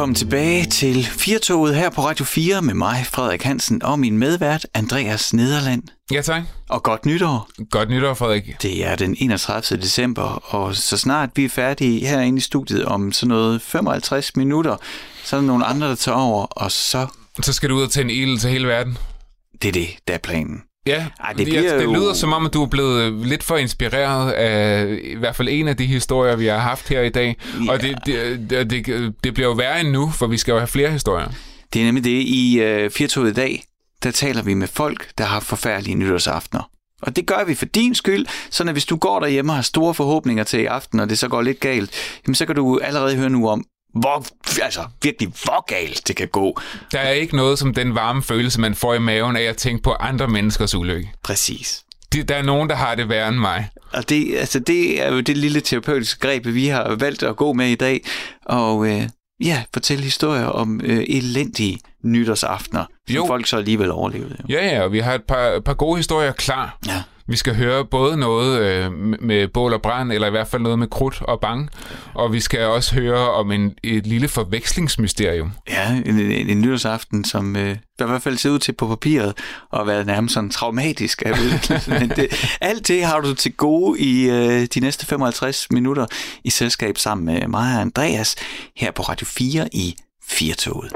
velkommen tilbage til Firtoget her på Radio 4 med mig, Frederik Hansen, og min medvært, Andreas Nederland. Ja, tak. Og godt nytår. Godt nytår, Frederik. Det er den 31. december, og så snart vi er færdige herinde i studiet om sådan noget 55 minutter, så er der nogle andre, der tager over, og så skal du ud og tænde ild til hele verden. Det er det, der er planen. Ja, det lyder som om, at du er blevet lidt for inspireret af i hvert fald en af de historier, vi har haft her i dag. Ja. Og det bliver jo værre end nu, for vi skal jo have flere historier. Det er nemlig det. I Firtoget i dag, der taler vi med folk, der har forfærdelige nytårsaftener. Og det gør vi for din skyld, så hvis du går derhjemme og har store forhåbninger til i aften, og det så går lidt galt, jamen så kan du allerede høre nu om, hvor galt det kan gå. Der er ikke noget som den varme følelse, man får i maven af at tænke på andre menneskers ulykke. Præcis. Der er nogen, der har det værre end mig. Og det er jo det lille terapeutiske greb, vi har valgt at gå med i dag. Og fortælle historier om elendige nytårsaftener, som folk så alligevel overlevede. Jo. Ja, og vi har et par gode historier klar. Ja. Vi skal høre både noget med bål og brand, eller i hvert fald noget med krudt og bang. Og vi skal også høre om et lille forvekslingsmysterium. Ja, en nytårsaften, som i hvert fald ser ud til på papiret og været nærmest sådan traumatisk. Alt det har du til gode i de næste 55 minutter i selskab sammen med mig og Andreas her på Radio 4 i Firtoget.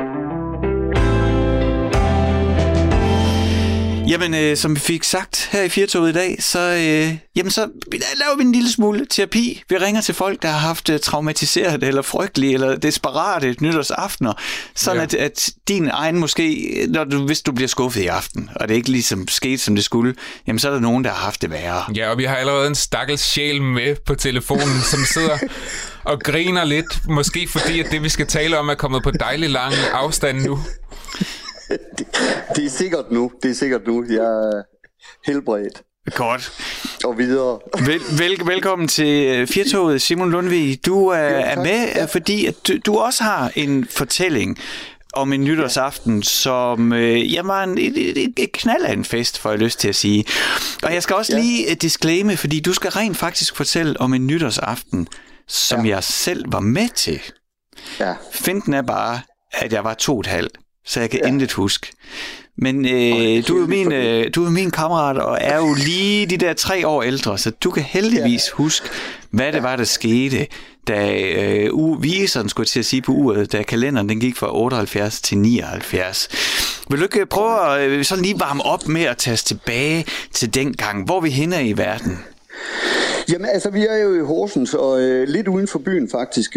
Jamen, som vi fik sagt her i Firtoget i dag, så laver vi en lille smule terapi. Vi ringer til folk, der har haft traumatiseret eller frygtelige eller desperate nytårsaftener, sådan at din egen måske, hvis du bliver skuffet i aften, og det ikke ligesom skete, som det skulle, jamen så er der nogen, der har haft det værre. Ja, og vi har allerede en stakkels sjæl med på telefonen, som sidder og griner lidt, måske fordi, at det, vi skal tale om, er kommet på dejlig lang afstand nu. Det er sikkert nu. Jeg er helbredt. Godt. Og videre. Velkommen til Firtoget, Simon Lundvig. Du er med, fordi at du også har en fortælling om en nytårsaften, som var et knald af en fest, får jeg lyst til at sige. Og jeg skal også lige disclaime, fordi du skal rent faktisk fortælle om en nytårsaften, som jeg selv var med til. Ja. Finten er bare, at jeg var 2,5. Så jeg kan intet huske. Men du er min kammerat, og er jo lige de der 3 år ældre, så du kan heldigvis huske, hvad det var, der skete, da viseren, skulle jeg til at sige på uret, da kalenderen den gik fra 78 til 79. Vil du ikke prøve at sådan lige varme op med at tage os tilbage til den gang, hvor vi henne i verden? Jamen altså, vi er jo i Horsens, og lidt uden for byen faktisk.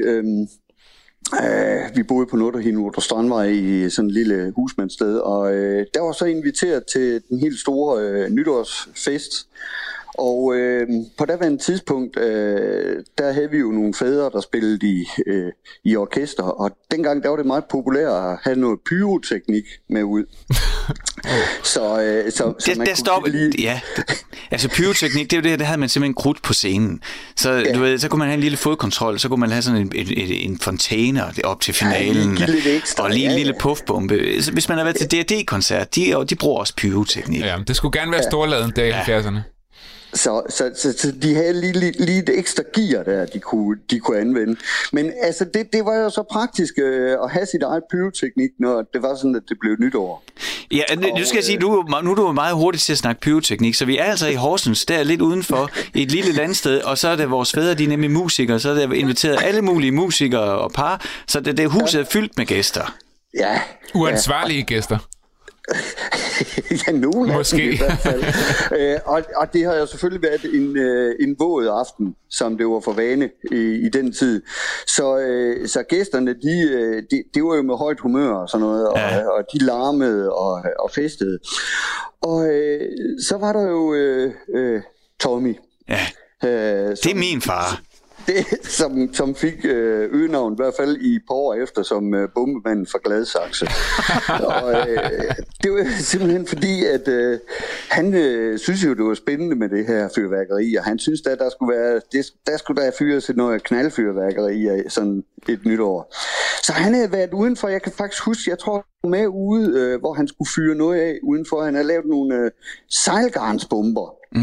Vi boede på Nordre Strandvej i sådan et lille husmandssted, og der var så inviteret til den helt store nytårsfest. Og på daværende tidspunkt, der havde vi jo nogle fædre, der spillede i orkester, og dengang der var det meget populært at have noget pyroteknik med ud. Så man kunne lige... Ja, altså pyroteknik, det er jo det her, der havde man simpelthen krudt på scenen. Så du ved, så kunne man have en lille fodkontrol, så kunne man have sådan en fontæne op til finalen, og lige en lille puffbombe. Hvis man har været til D&D-koncert, de bruger også pyroteknik. Ja, det skulle gerne være storladen der i 70'erne. Så de havde lige et ekstra gear der, de kunne anvende. Men altså, det var jo så praktisk at have sit eget pyroteknik, når det var sådan, at det blev nytår. Ja, nu skal jeg sige, nu er du meget hurtigt til at snakke pyroteknik, så vi er altså i Horsens, der lidt udenfor, i et lille landsted, og så er det vores fædre, de er nemlig musikere, så er der inviteret alle mulige musikere og par, så det huset er fyldt med gæster. Ja. Uansvarlige gæster. Ja, nogen måske. I hvert fald. Og det har jo selvfølgelig været en våd aften, som det var for vane i den tid. Så gæsterne, de var jo med højt humør og sådan noget, og de larmede og festede. Og så var der jo Tommy. Ja, det er min far. Som fik øgenavn, i hvert fald i et par år efter, som bombemanden fra Gladsaxe. Og det var simpelthen fordi, at han synes jo, det var spændende med det her fyrværkeri, og han synes, at der skulle være fyret til noget knaldfyrværkeri af sådan et nytår. Så han havde været udenfor, jeg kan faktisk huske, jeg tror med ude, hvor han skulle fyre noget af udenfor. Han havde lavet nogle sejlgarnsbomber.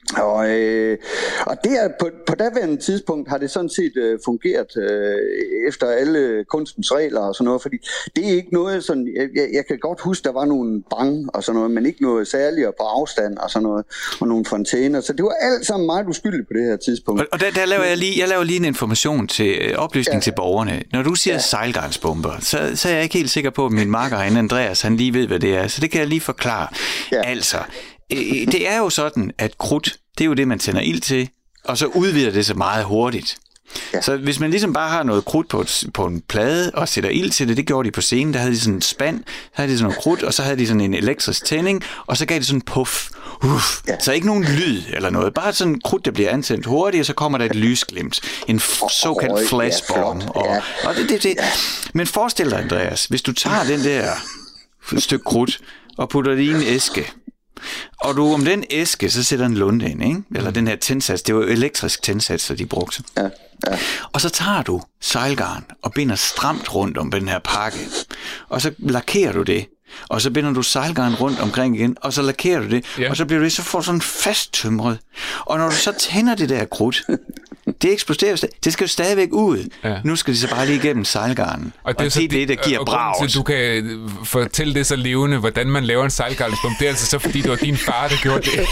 Og det er, på daværende tidspunkt har det sådan set fungeret efter alle kunstens regler og sådan noget, fordi det er ikke noget sådan, jeg kan godt huske, der var nogle bang og sådan noget, men ikke noget særligt på afstand og sådan noget, og nogle fontæner, så det var alt sammen meget uskyldigt på det her tidspunkt. Og der laver jeg laver lige en information til oplysning til borgerne. Når du siger sejlgarnsbomber, så er jeg ikke helt sikker på, at min makker herinde, Andreas, han lige ved, hvad det er, så det kan jeg lige forklare. Ja. Altså, det er jo sådan, at krudt, det er jo det, man tænder ild til, og så udvider det sig meget hurtigt. Ja. Så hvis man ligesom bare har noget krudt på en plade og sætter ild til det, det gjorde de på scenen, der havde de sådan en spand, så havde de sådan noget krudt, og så havde de sådan en elektrisk tænding, og så gav det sådan en puff. Så ikke nogen lyd eller noget, bare sådan en krudt, der bliver antændt hurtigt, og så kommer der et lysglimt, en såkaldt flashbomb. Og det. Men forestil dig, Andreas, hvis du tager den der stykke krudt og putter det i en æske, og du om den æske, så sætter en lunde ind, ikke? Eller den her tændsats, det var jo elektrisk tændsats, de brugte. Ja. Og så tager du sejlgarn og binder stramt rundt om den her pakke, og så lakerer du det, og så binder du sejlgarn rundt omkring igen, og så lakerer du det, og så bliver det, så får du sådan fasttømret. Og når du så tænder det der krudt, det eksploderer, det skal jo stadigvæk ud. Ja. Nu skal de så bare lige igennem sejlgarnen. Og det er det, der giver brag. Så du kan fortælle det så levende, hvordan man laver en sejlgarnsbombe. Det er altså så, fordi det var din far, der gjorde det.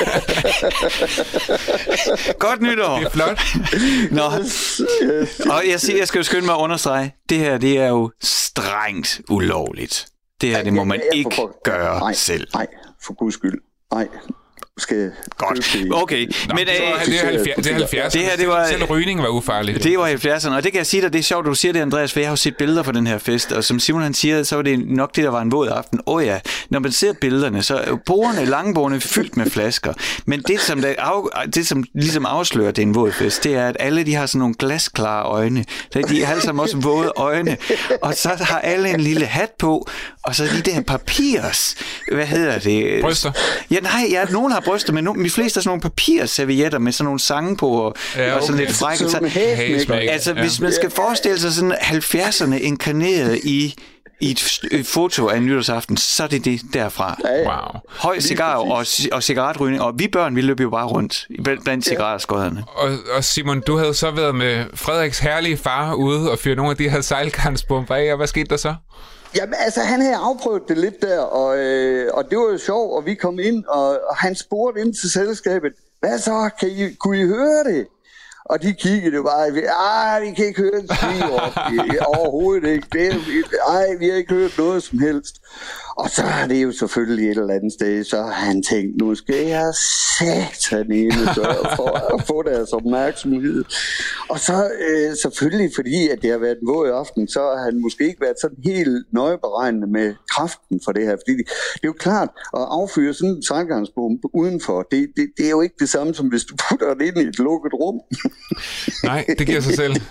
Godt nytår. Det er flot. Nå. Og jeg skal jo skynde mig at understrege, det her, det er jo strengt ulovligt. Det her, det må man ikke gøre selv. Nej, for guds skyld. Nej. Godt. Okay. Men det er 70'erne. Det her, det var, selv rygning var ufarligt. Det var 70'erne, og det kan jeg sige dig, det er sjovt, du siger det, Andreas, for jeg har jo set billeder fra den her fest, og som Simon han siger, så var det nok det, der var en våd aften. Ja, når man ser billederne, så er langbordene fyldt med flasker, men det, som ligesom afslører, det er en våd fest, det er, at alle de har sådan nogle glasklare øjne. De har alle sammen også våde øjne, og så har alle en lille hat på, og så de der papirs, hvad hedder det? Bryster? Nogen har bryster, men de fleste er sådan nogle papirservietter med sådan nogle sange på, og sådan lidt frække. Altså, hvis man skal forestille sig sådan 70'erne inkarneret i et foto af en nytårsaften, så er det derfra. Wow. Høj cigar og cigaretrygning, og vi børn, vi løb jo bare rundt blandt cigaretskåderne. Og Simon, du havde så været med Frederiks herlige far ude og fyre nogle af de her sejlgarnsbomber af, og hvad skete der så? Jamen, altså, han havde afprøvet det lidt der, og det var jo sjovt, og vi kom ind, og han spurgte ind til selskabet, hvad så, kunne I høre det? Og de kiggede bare, vi kan ikke høre det overhovedet ikke. Vi har ikke hørt noget som helst. Og så er det jo selvfølgelig et eller andet sted, så har han tænkt, nu skal jeg sataneme for at få deres opmærksomhed. Og så selvfølgelig, fordi at det har været en våd aften, så har han måske ikke været sådan helt nøjeberegnende med kraften for det her. Fordi det er jo klart, at affyre sådan en sejlgarnsbombe udenfor, det er jo ikke det samme, som hvis du putter det ind i et lukket rum. Nej, det giver sig selv.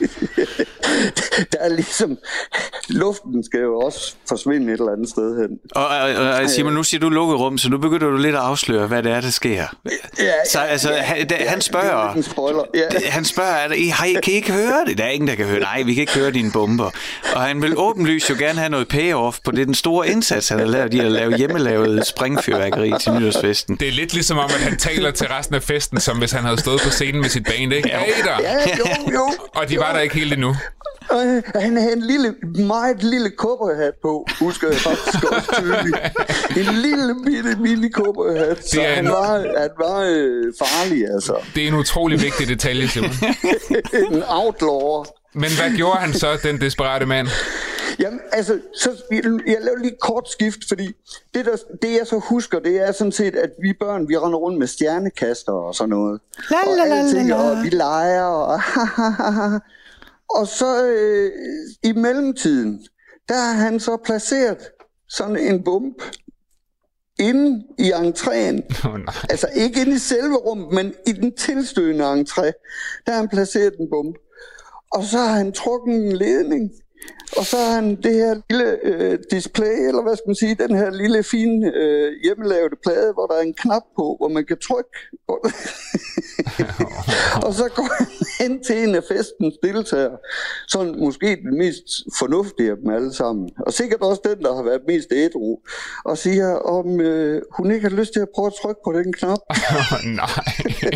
Der er ligesom, luften skal jo også forsvinde et eller andet sted hen. Og Simon, nu siger du lukket rum, så nu begynder du lidt at afsløre, hvad det er, der sker. Så altså, han spørger, kan I ikke høre det? Der er ingen, der kan høre. Nej, vi kan ikke høre dine bomber. Og han vil åbenlyst jo gerne have noget payoff på det, den store indsats, han har lavet, at lave hjemmelavet springfyrværkeri til nytårsfesten. Det er lidt ligesom om, at han taler til resten af festen, som hvis han havde stået på scenen med sit band, ikke? Jo. Og de var der ikke helt endnu. Han havde en meget lille kobberhat på, husker jeg faktisk også tydeligt. En lille bitte mini kobberhat, så han var farlig, altså. Det er en utrolig vigtig detalje, Simon. En outlaw. Men hvad gjorde han så, den desperate mand? Jamen, altså, jeg laver lige et kort skift, fordi det jeg så husker, det er sådan set, at vi børn, vi render rundt med stjernekaster og sådan noget. Og vi leger, og så i mellemtiden, der har han så placeret sådan en bombe inde i entréen. Altså ikke inde i selve rummet, men i den tilstødende entré, der har han placeret en bombe. Og så har han trukket en ledning Og så har han det her lille display, eller hvad skal man sige, den her lille fine hjemmelavede plade, hvor der er en knap på, hvor man kan trykke. Og så går han hen til en af festens deltagere, sådan måske den mest fornuftige af dem alle sammen, og sikkert også den, der har været mest ædru, og siger, om hun ikke har lyst til at prøve at trykke på den knap. Nej.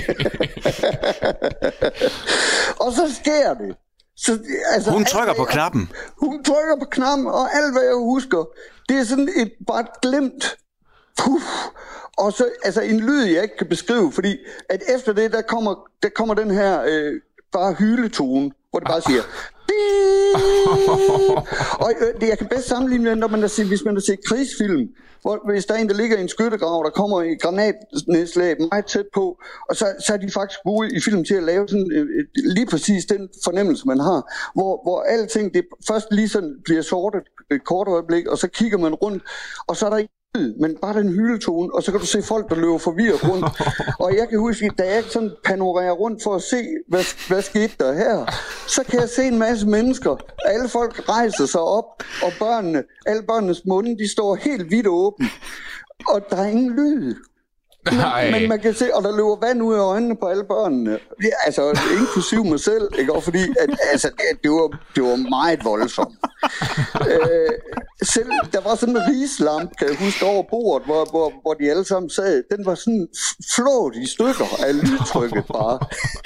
Og så sker det. Så, altså, hun trykker på knappen. Hun trykker på knappen, og alt hvad jeg husker, det er sådan bare et glimt. Puff. Og så altså en lyd, jeg ikke kan beskrive, fordi at efter det, der kommer den her bare hyletone, hvor det bare siger... Og jeg kan bedst sammenligne med, hvis man har set krigsfilm, hvor hvis der er en, der ligger i en skyttegrav, der kommer i granatnedslag meget tæt på, og så er de faktisk gode i film til at lave sådan lige præcis den fornemmelse, man har, hvor alting det først lige sådan bliver sortet et kort øjeblik, og så kigger man rundt, og så er der men bare den hyletone, og så kan du se folk, der løber forvirret rundt. Og jeg kan huske, da jeg sådan panorerer rundt for at se, hvad skete der her, så kan jeg se en masse mennesker. Alle folk rejser sig op, og alle børnenes munde, de står helt vidt åbne. Og der er ingen lyd. Men man kan se, og der løber vand ud af øjnene på alle børnene. Ja, altså, inklusiv mig selv, ikke? Og fordi, at, altså, det var meget voldsomt. Selv, der var sådan en rislamp, kan jeg huske, over bordet, hvor de alle sammen sad. Den var sådan flået i stykker af lydtrykket bare.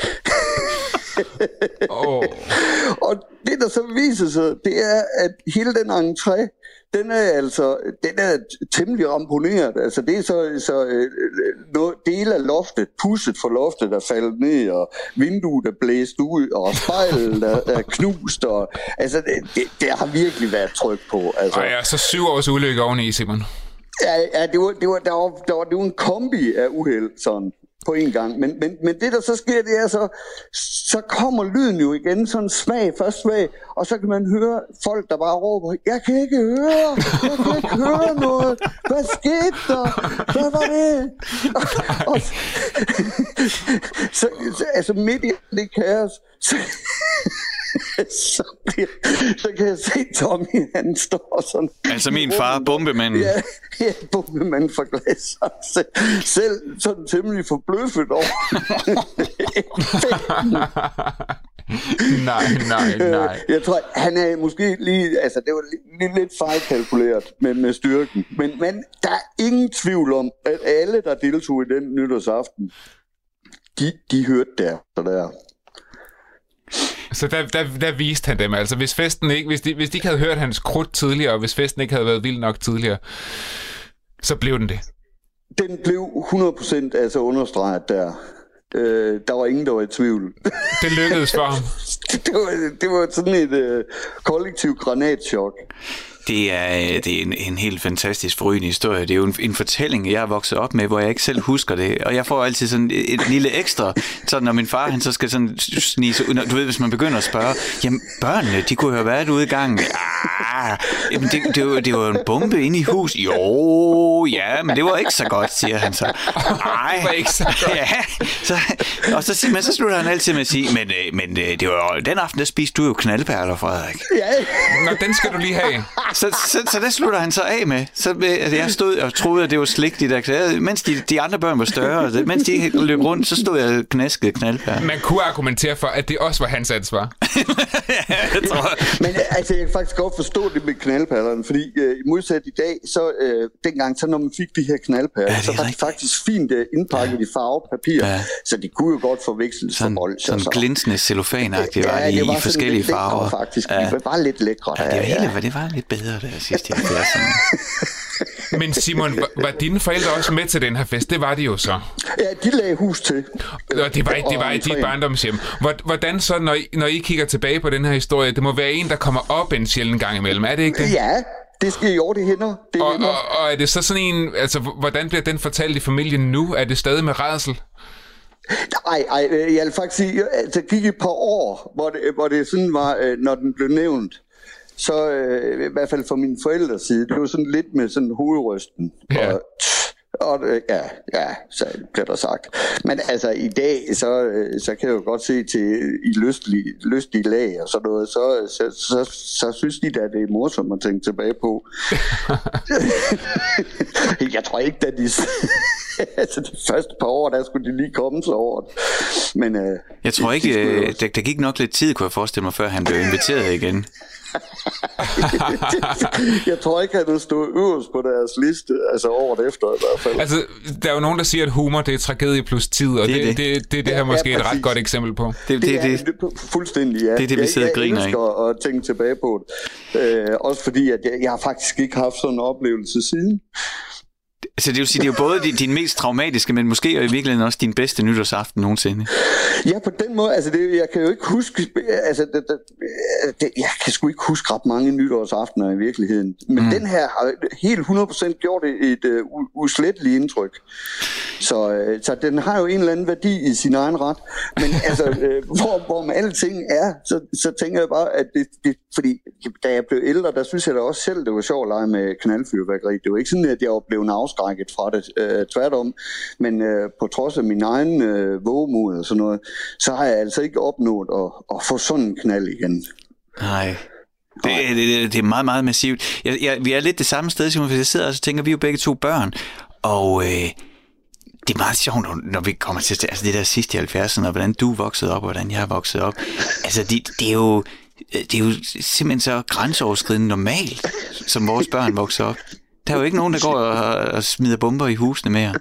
Og det, der så viser sig, det er, at hele den entré, den er temmelig ramponeret. Altså det er så dele af loftet, pudset for loftet, der faldt ned, og vinduet der blæst ud, og spejlet der er knust, og altså det har virkelig været tryk på. Altså. Og ja, så 7 års ulykke oveni, Simon. Ja, det var en kombi af uheld, sådan på en gang. Men det, der så sker, det er så kommer lyden jo igen, sådan først svag, og så kan man høre folk, der bare råber, jeg kan ikke høre noget. Hvad skete der? Hvad var det? Og så altså midt i det kaos, så kan jeg se Tommy, han står sådan... Altså min far, bombemanden. Ja, bombemanden fra glas. Selv sådan temmelig forbløffet over. Nej. Jeg tror, han er måske lige... Altså, det var lidt fejlkalkuleret med styrken. Men der er ingen tvivl om, at alle, der deltog i den nytårsaften, de hørte der. Så der. Så der viste han dem. Altså, hvis de ikke havde hørt hans krudt tidligere, og hvis festen ikke havde været vild nok tidligere, så blev den det. Den blev 100% altså understreget der. Der var ingen, der var i tvivl. Det lykkedes for ham. det var sådan et kollektiv granatschok. Det er en helt fantastisk forrygende historie. Det er jo en fortælling, jeg er vokset op med, hvor jeg ikke selv husker det. Og jeg får altid sådan et lille ekstra, så når min far han så skal sådan snige sig ud. Du ved, hvis man begynder at spørge, jamen børnene, de kunne jo have været ude i gangen. Jamen, det var en bombe inde i hus. Jo, ja, men det var ikke så godt, siger han så. Nej, det var ikke så godt. Ja, så slutter han altid med at sige, men det var den aften, der spiste du jo knaldperler, Frederik. Ja. Nå, den skal du lige have. Så det slutter han så af med. Så jeg stod og troede, at det var slik, de der. Mens de andre børn var større, mens de løb rundt, så stod jeg og knaskede knaldperler. Man kunne argumentere for, at det også var hans ansvar. Ja, jeg tror. Men altså, jeg kan faktisk godt forstå det med knaldperlerne, fordi i modsat i dag, så dengang, så når man fik de her knaldperler, så var det faktisk fint indpakket i farvepapir, så de kunne jo godt forveksles for bold. Sådan glinsende cellofanagtigt var de i forskellige farver. Faktisk. Det var lidt lækre. Det var lidt bedre der sidst i Men Simon, var dine forældre også med til den her fest? Det var de jo så. Ja, de lagde hus til. Og det var i dit barndomshjem. Hvordan så, når I kigger tilbage på den her historie, det må være en, der kommer op en sjælden gang imellem, er det ikke det? Ja, det sker jo, det hænder. Og er det så sådan en, altså hvordan bliver den fortalt i familien nu? Er det stadig med rædsel? Nej, jeg vil faktisk sige, at det gik et par år, hvor det sådan var, når den blev nævnt. Så i hvert fald fra mine forældres side, det var sådan lidt med sådan hovedrysten. Ja. Og så bliver der sagt. Men altså i dag, så kan jeg jo godt se til i lystige lag og sådan noget, så synes de da, det er morsomt at tænke tilbage på. Jeg tror ikke, at de... altså de første par år, der skulle de lige komme sig over det. Men, jeg tror ikke, der gik nok lidt tid, kunne jeg forestille mig, før han blev inviteret igen. Jeg tror ikke, at det stod øverst på deres liste, altså året efter i hvert fald. Altså, der er jo nogen, der siger, at humor, det er tragedie plus tid, og det her måske et ret godt eksempel på. Det er fuldstændig, ja. Det er det, vi sidder og griner, ikke? Jeg elsker at tænke tilbage på det. Også fordi, at jeg har faktisk ikke haft sådan en oplevelse siden. Så det vil sige, det er jo både din mest traumatiske, men måske og i virkeligheden også din bedste nytårsaften nogensinde. Ja, på den måde, altså jeg kan jo ikke huske, altså jeg kan sgu ikke huske ret mange nytårsaftener i virkeligheden. Men den her har helt 100% gjort et usletteligt indtryk. Så den har jo en eller anden værdi i sin egen ret. Men altså, hvor med alting er, så tænker jeg bare, at det fordi da jeg blev ældre, der synes jeg da også selv, det var sjovt at lege med knaldfyrværkeri. Det var ikke sådan, at jeg blev afskrækket fra det, tværtom. Men på trods af min egen vågemod og sådan noget, så har jeg altså ikke opnået at få sådan en knald igen. Nej. Det er meget, meget massivt. Vi er lidt det samme sted, Simon, hvis jeg sidder og så tænker, vi er jo begge to børn, og det er meget sjovt, når vi kommer til altså det der sidste i 70'erne, og hvordan du voksede op, og hvordan jeg er vokset op. Altså, det er jo simpelthen så grænseoverskridende normalt, som vores børn vokser op. Der er jo ikke nogen, der går og smider bomber i husene mere.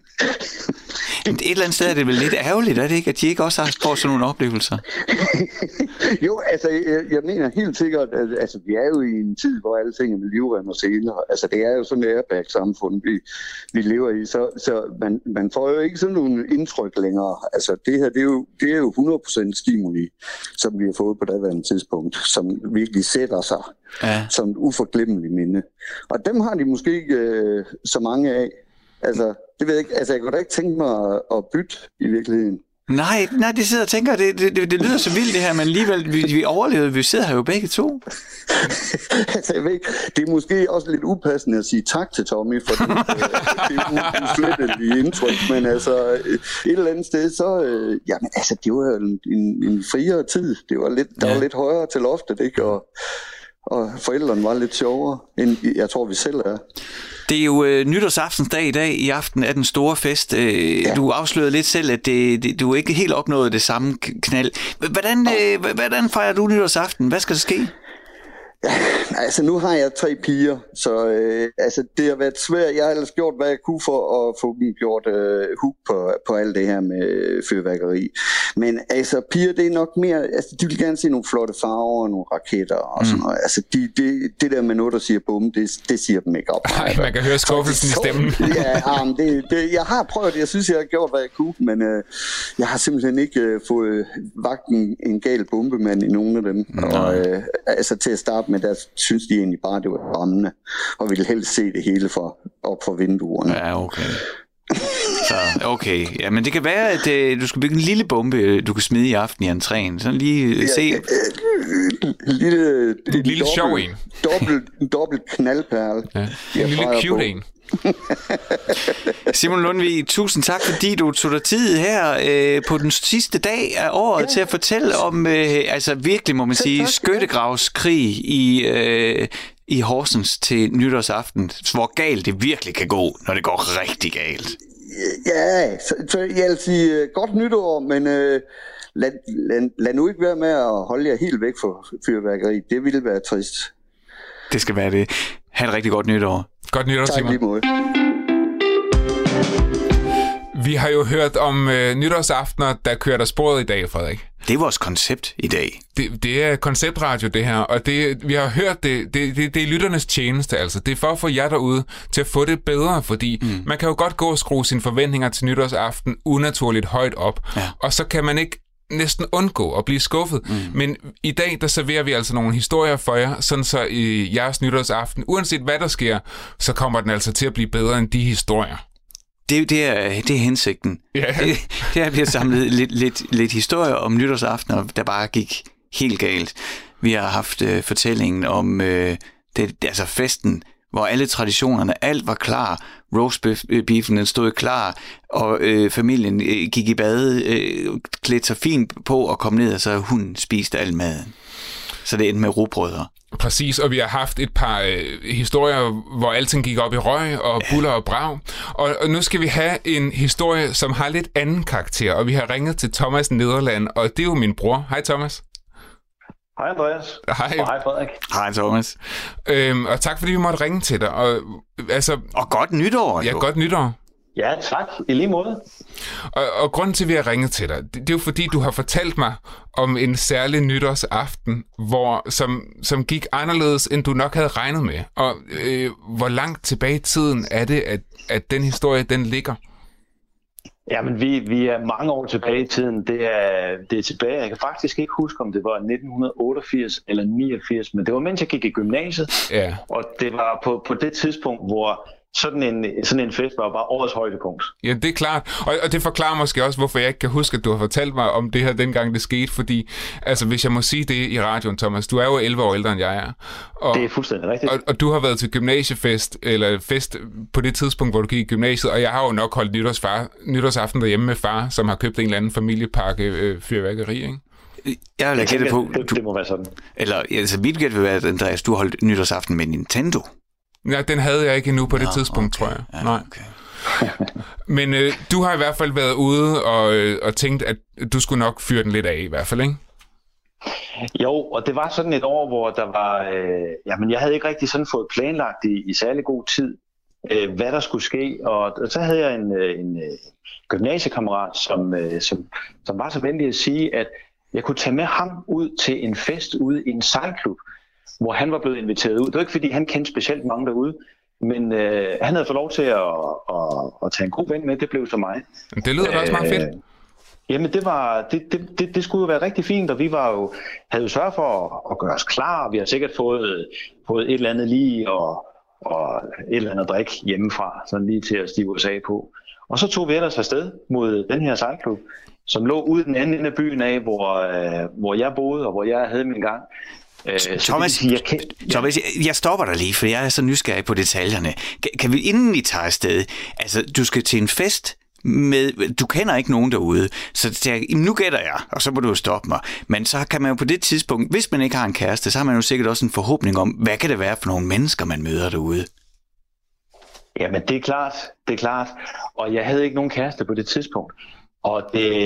Et eller andet sted er det vel lidt ærgerligt, er det ikke, at de ikke også har fået sådan nogle oplevelser? Jo, altså, jeg mener helt sikkert, at altså, vi er jo i en tid, hvor alting er med livrem og seler. Altså, det er jo sådan et airbag-samfund, vi lever i, så man får jo ikke sådan nogle indtryk længere. Altså, det her, det er jo 100% stimuli, som vi har fået på daværende tidspunkt, som virkelig sætter sig som et uforglemmeligt minde. Og dem har de måske ikke så mange af. Altså, det ved jeg ikke. Altså, jeg kunne da ikke tænke mig at bytte i virkeligheden. Nej, det sidder og tænker, det lyder så vildt det her, men alligevel, vi overlevede, vi sidder her jo begge to. Altså, jeg ved ikke, det er måske også lidt upassende at sige tak til Tommy, for det er uslettelige indtryk, men altså, et eller andet sted, så, jamen altså, det var en friere tid. Det var lidt, der var lidt højere til loftet, ikke? Og forældrene var lidt sjovere, end jeg tror, vi selv er. Det er jo nytårsaftensdag i dag. I aften er den store fest. Du afslørede lidt selv, at du ikke helt opnåede det samme knald. Hvordan fejrer du nytårsaften? Hvad skal der ske? Ja, altså nu har jeg 3 piger, så altså det har været svært. Jeg har ellers gjort, hvad jeg kunne for at få dem gjort hook på alt det her med fyrværkeri. Men altså piger, det er nok mere, altså de vil gerne se nogle flotte farver og nogle raketter og sådan noget. Altså det der med noget, der siger bum, det siger dem ikke op. Nej, man kan høre skuffelsen i stemmen. Jeg har prøvet det. Jeg synes, jeg har gjort, hvad jeg kunne, men jeg har simpelthen ikke fået vagt en gal bombemand i nogen af dem. Og altså til at starte med, der synes de egentlig bare, det var rammende, og ville helst se det hele op for vinduerne. Ja, okay. Så, okay. Ja, men det kan være, at du skal bygge en lille bombe, du kan smide i aften i entréen. Sådan lige se... En lille sjov en. Dobbelt knaldperle. Ja. En lille cute en. Simon Lundvig, tusind tak, fordi du tog dig tid her på den sidste dag af året til at fortælle om, altså virkelig må man sige, skyttegravskrig i Horsens til nytårsaften, hvor galt det virkelig kan gå, når det går rigtig galt. Ja, så jeg vil sige godt nytår, men lad nu ikke være med at holde jer helt væk fra fyrværkeri. Det ville være trist. Det skal være det. Ha' et rigtig godt nytår. Godt nytår, Simon. Tak lige måde. Vi har jo hørt om nytårsaftener, der kører der sporet i dag, Frederik. Det er vores koncept i dag. Det er konceptradio, det her, og vi har hørt det er lytternes tjeneste, altså. Det er for at få jer derude til at få det bedre, fordi man kan jo godt gå og skrue sine forventninger til nytårsaften unaturligt højt op, og så kan man ikke næsten undgå at blive skuffet. Men i dag, der serverer vi altså nogle historier for jer, sådan så i jeres nytårsaften, uanset hvad der sker, så kommer den altså til at blive bedre end de historier. Det er hensigten. Yeah. Det er, at vi har samlet lidt historier om nytårsaftener, der bare gik helt galt. Vi har haft fortællingen om altså festen, hvor alle traditionerne, alt var klar. Roastbeefen stod klar, og familien gik i bad, klædte sig fint på og kom ned, og så hun spiste al maden. Så det endte med rugbrødre. Præcis, og vi har haft et par historier, hvor alting gik op i røg og buller og brag. Og nu skal vi have en historie, som har lidt anden karakter, og vi har ringet til Thomas Nederland, og det er jo min bror. Hej Thomas. Hej Andreas. Hej. Og hej Frederik. Hej Thomas. Og tak fordi vi måtte ringe til dig. Og godt nytår. Ja, godt nytår. Ja, tak. I lige måde. Og grunden til, at vi har ringet til dig, det er jo fordi, du har fortalt mig om en særlig nytårsaften, som gik anderledes, end du nok havde regnet med. Og hvor langt tilbage i tiden er det, at den historie, den ligger? Jamen, vi er mange år tilbage i tiden. Det er tilbage. Jeg kan faktisk ikke huske, om det var 1988 eller 89, men det var mens jeg gik i gymnasiet. Ja. Og det var på det tidspunkt, hvor sådan en fest var bare årets højdepunkt. Ja, det er klart. Og det forklarer måske også, hvorfor jeg ikke kan huske, at du har fortalt mig om det her, dengang det skete. Fordi, altså, hvis jeg må sige det i radioen, Thomas, du er jo 11 år ældre, end jeg er. Det er fuldstændig rigtigt. Og du har været til gymnasiefest, eller fest på det tidspunkt, hvor du gik i gymnasiet, og jeg har jo nok holdt nytårsaften derhjemme med far, som har købt en eller anden familiepakke fyrværkeri, ikke? Jeg vil gætte på... Det må være sådan. Eller, altså, mit gæt vil være, at Andreas, du holdt nytårsaften med Nintendo. Ja, den havde jeg ikke endnu på det tidspunkt, tror jeg. Ja, nej. Okay. Men du har i hvert fald været ude og tænkt, at du skulle nok fyre den lidt af, i hvert fald, ikke? Jo, og det var sådan et år, hvor der var... jamen, jeg havde ikke rigtig sådan fået planlagt i særlig god tid, hvad der skulle ske. Og så havde jeg en gymnasiekammerat, som var så venlig at sige, at jeg kunne tage med ham ud til en fest ude i en sejlklub, hvor han var blevet inviteret ud. Det var ikke, fordi han kendte specielt mange derude, men han havde fået lov til at tage en god ven med. Det blev så mig. Det lyder da også meget fedt. Jamen, det skulle jo være rigtig fint, og vi havde jo sørget for at gøre os klar. Vi har sikkert fået et eller andet lige og et eller andet drik hjemmefra, sådan lige til at stive os af på. Og så tog vi ellers afsted mod den her sejlklub, som lå ude den anden ende af byen af, hvor jeg boede og hvor jeg havde min gang. Thomas, jeg stopper dig lige, for jeg er så nysgerrig på detaljerne. Kan vi, inden I tager afsted, altså du skal til en fest med, du kender ikke nogen derude, så nu gætter jeg, og så må du jo stoppe mig, men så kan man jo på det tidspunkt, hvis man ikke har en kæreste, så har man jo sikkert også en forhåbning om, hvad kan det være for nogle mennesker, man møder derude? Jamen det er klart, og jeg havde ikke nogen kæreste på det tidspunkt. Og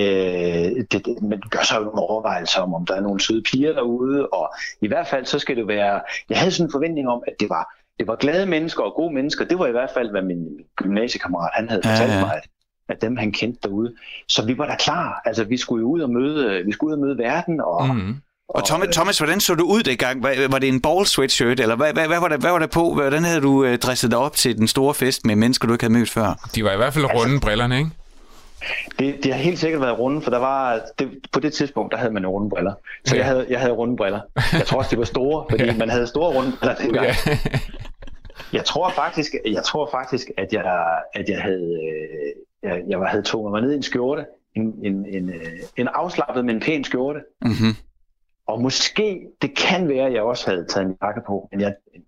man gør så jo nogle overvejelser om der er nogle søde piger derude, og i hvert fald så skal det være, jeg havde sådan en forventning om, at det var glade mennesker og gode mennesker. Det var i hvert fald, hvad min gymnasiekammerat, han havde fortalt mig, at dem han kendte derude. Så vi var da klar, altså vi skulle ud og møde verden. Og Thomas, hvordan så du ud dengang? Var det en ball sweatshirt, eller hvad var der på? Hvordan havde du dresset dig op til den store fest med mennesker, du ikke havde mødt før? De var i hvert fald runde brillerne, ikke? Det har helt sikkert været runde, for på det tidspunkt, der havde man runde briller. Så jeg havde runde briller. Jeg tror også, de var store, fordi man havde store runde briller dengang. Jeg tror faktisk, at jeg havde tog mig ned i en skjorte. En afslappet, men en pæn skjorte. Mm-hmm. Og måske, det kan være, at jeg også havde taget min pakke på, men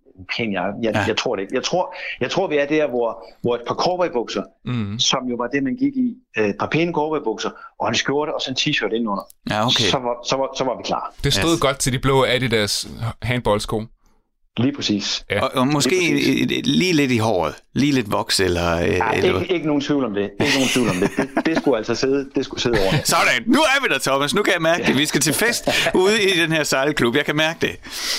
jeg tror det ikke. Jeg tror, vi er der, hvor et par cowboybukser, som jo var det, man gik i, et par pæne cowboybukser, og en skjorte og så en t-shirt indenunder. Ja, okay. Så var vi klar. Det stod godt til de blå Adidas handballsko. Lige præcis. Ja. Og måske lige lidt i håret. Lige lidt voks eller... Ikke nogen tvivl om det. Det skulle altså sidde over. Sådan, nu er vi der, Thomas. Nu kan jeg mærke det. Vi skal til fest ude i den her sejlklub. Jeg kan mærke det.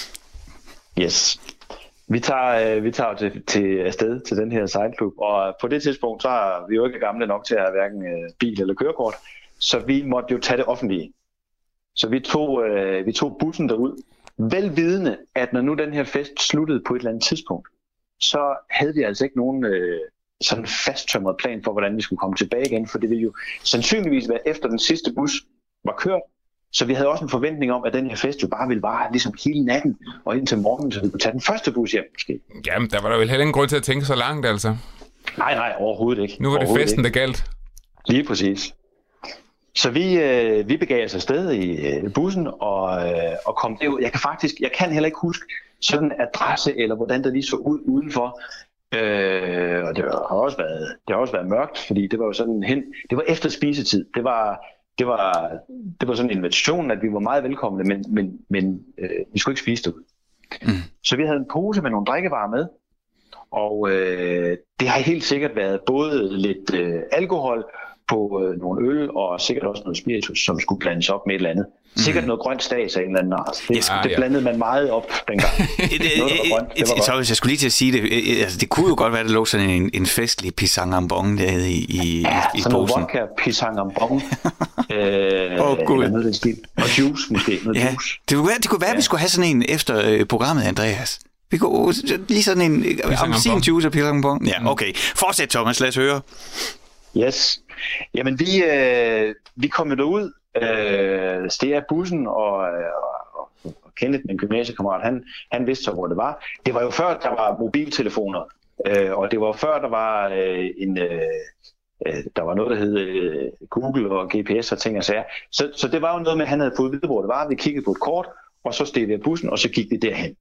Yes. Vi tager til afsted til den her sejlklub, og på det tidspunkt, så er vi jo ikke gamle nok til at have hverken bil eller kørekort, så vi måtte jo tage det offentlige. Så vi tog bussen derud, velvidende, at når nu den her fest sluttede på et eller andet tidspunkt, så havde vi altså ikke nogen sådan fasttømret plan for, hvordan vi skulle komme tilbage igen, for det ville jo sandsynligvis være efter den sidste bus var kørt. Så vi havde også en forventning om, at den her fest jo bare ville vare ligesom hele natten og indtil morgenen, så vi kunne tage den første bus hjem måske. Jamen, der var der vel heller ingen grund til at tænke så langt, altså. Nej, overhovedet ikke. Nu var det festen, der galt. Lige præcis. Så vi begav os afsted i bussen og kom derud. Jeg kan heller ikke huske, sådan en adresse, eller hvordan der lige så ud udenfor. Og det har også været mørkt, fordi det var jo sådan det var efter spisetid. Det var sådan en invitation, at vi var meget velkomne, men vi skulle ikke spise det ud. Så vi havde en pose med nogle drikkevarer med, og det har helt sikkert været både lidt alkohol på nogle øl, og sikkert også noget spiritus, som skulle blandes op med et eller andet. Sikkert noget grønt stads af en eller anden art. Det blandede man meget op dengang. Så hvis jeg skulle lige til at sige det, altså det kunne jo godt være, at der lå sådan en festlig pisang ambon dernede i sådan posen. Sådan vodka pisang ambon. Gud. Noget den stil. Og juice måske. Noget juice. Det kunne være, at vi skulle have sådan en efter programmet, Andreas. Vi kunne lige sådan en appelsinjuice og pisang ambon. Ja, okay. Fortsæt, Thomas. Lad os høre. Yes. Jamen, vi kom jo derud, steg af bussen, og Kenneth, min gymnasiekammerat, han vidste så, hvor det var. Det var jo før, der var mobiltelefoner, og det var før, der var der var noget, der hed Google og GPS og ting og sager. Så det var jo noget med, at han havde fået at vide, hvor det var. Vi kiggede på et kort, og så steg vi af bussen, og så gik vi derhen.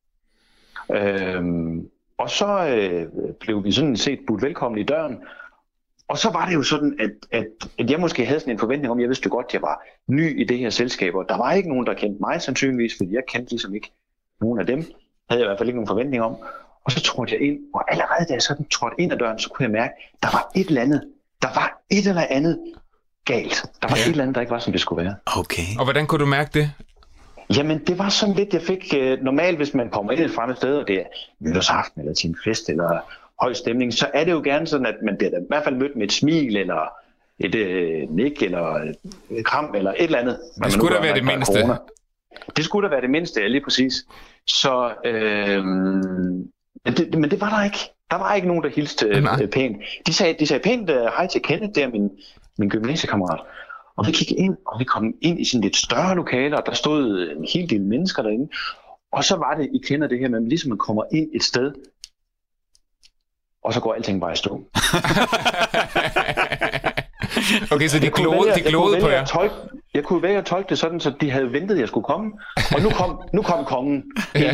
Og så blev vi sådan set budt velkommen i døren. Og så var det jo sådan, at jeg måske havde sådan en forventning om, jeg vidste godt, at jeg var ny i det her selskab, og der var ikke nogen, der kendte mig sandsynligvis, fordi jeg kendte ligesom ikke nogen af dem. Havde jeg i hvert fald ikke nogen forventning om. Og så trådte jeg ind, og allerede da jeg sådan trådte ind ad døren, så kunne jeg mærke, at der var et eller andet. Der var et eller andet galt. Der var et eller andet, der ikke var, som det skulle være. Okay. Og hvordan kunne du mærke det? Jamen, det var sådan lidt, jeg fik normalt, hvis man kommer ind et fremmed sted, og det er nytårsaften, eller til en fest, eller høj stemning, så er det jo gerne sådan, at man bliver i hvert fald mødt med et smil, eller et nik, eller et kram, eller et eller andet. Det skulle da være det mindste. Corona. Det skulle da være det mindste, ja, lige præcis. Så, men det var der ikke. Der var ikke nogen, der hilste pænt. De sagde pænt hej til Kenneth, der min gymnasiekammerat. Og vi kiggede ind, og vi kom ind i sådan lidt større lokaler, og der stod en hel del mennesker derinde. Og så var det, I kender det her med, ligesom man kommer ind et sted, og så går alting bare i stå. Okay, så de glodede på jer. Jeg kunne vælge at tolke det sådan, så de havde ventet, at jeg skulle komme. Og nu kom kongen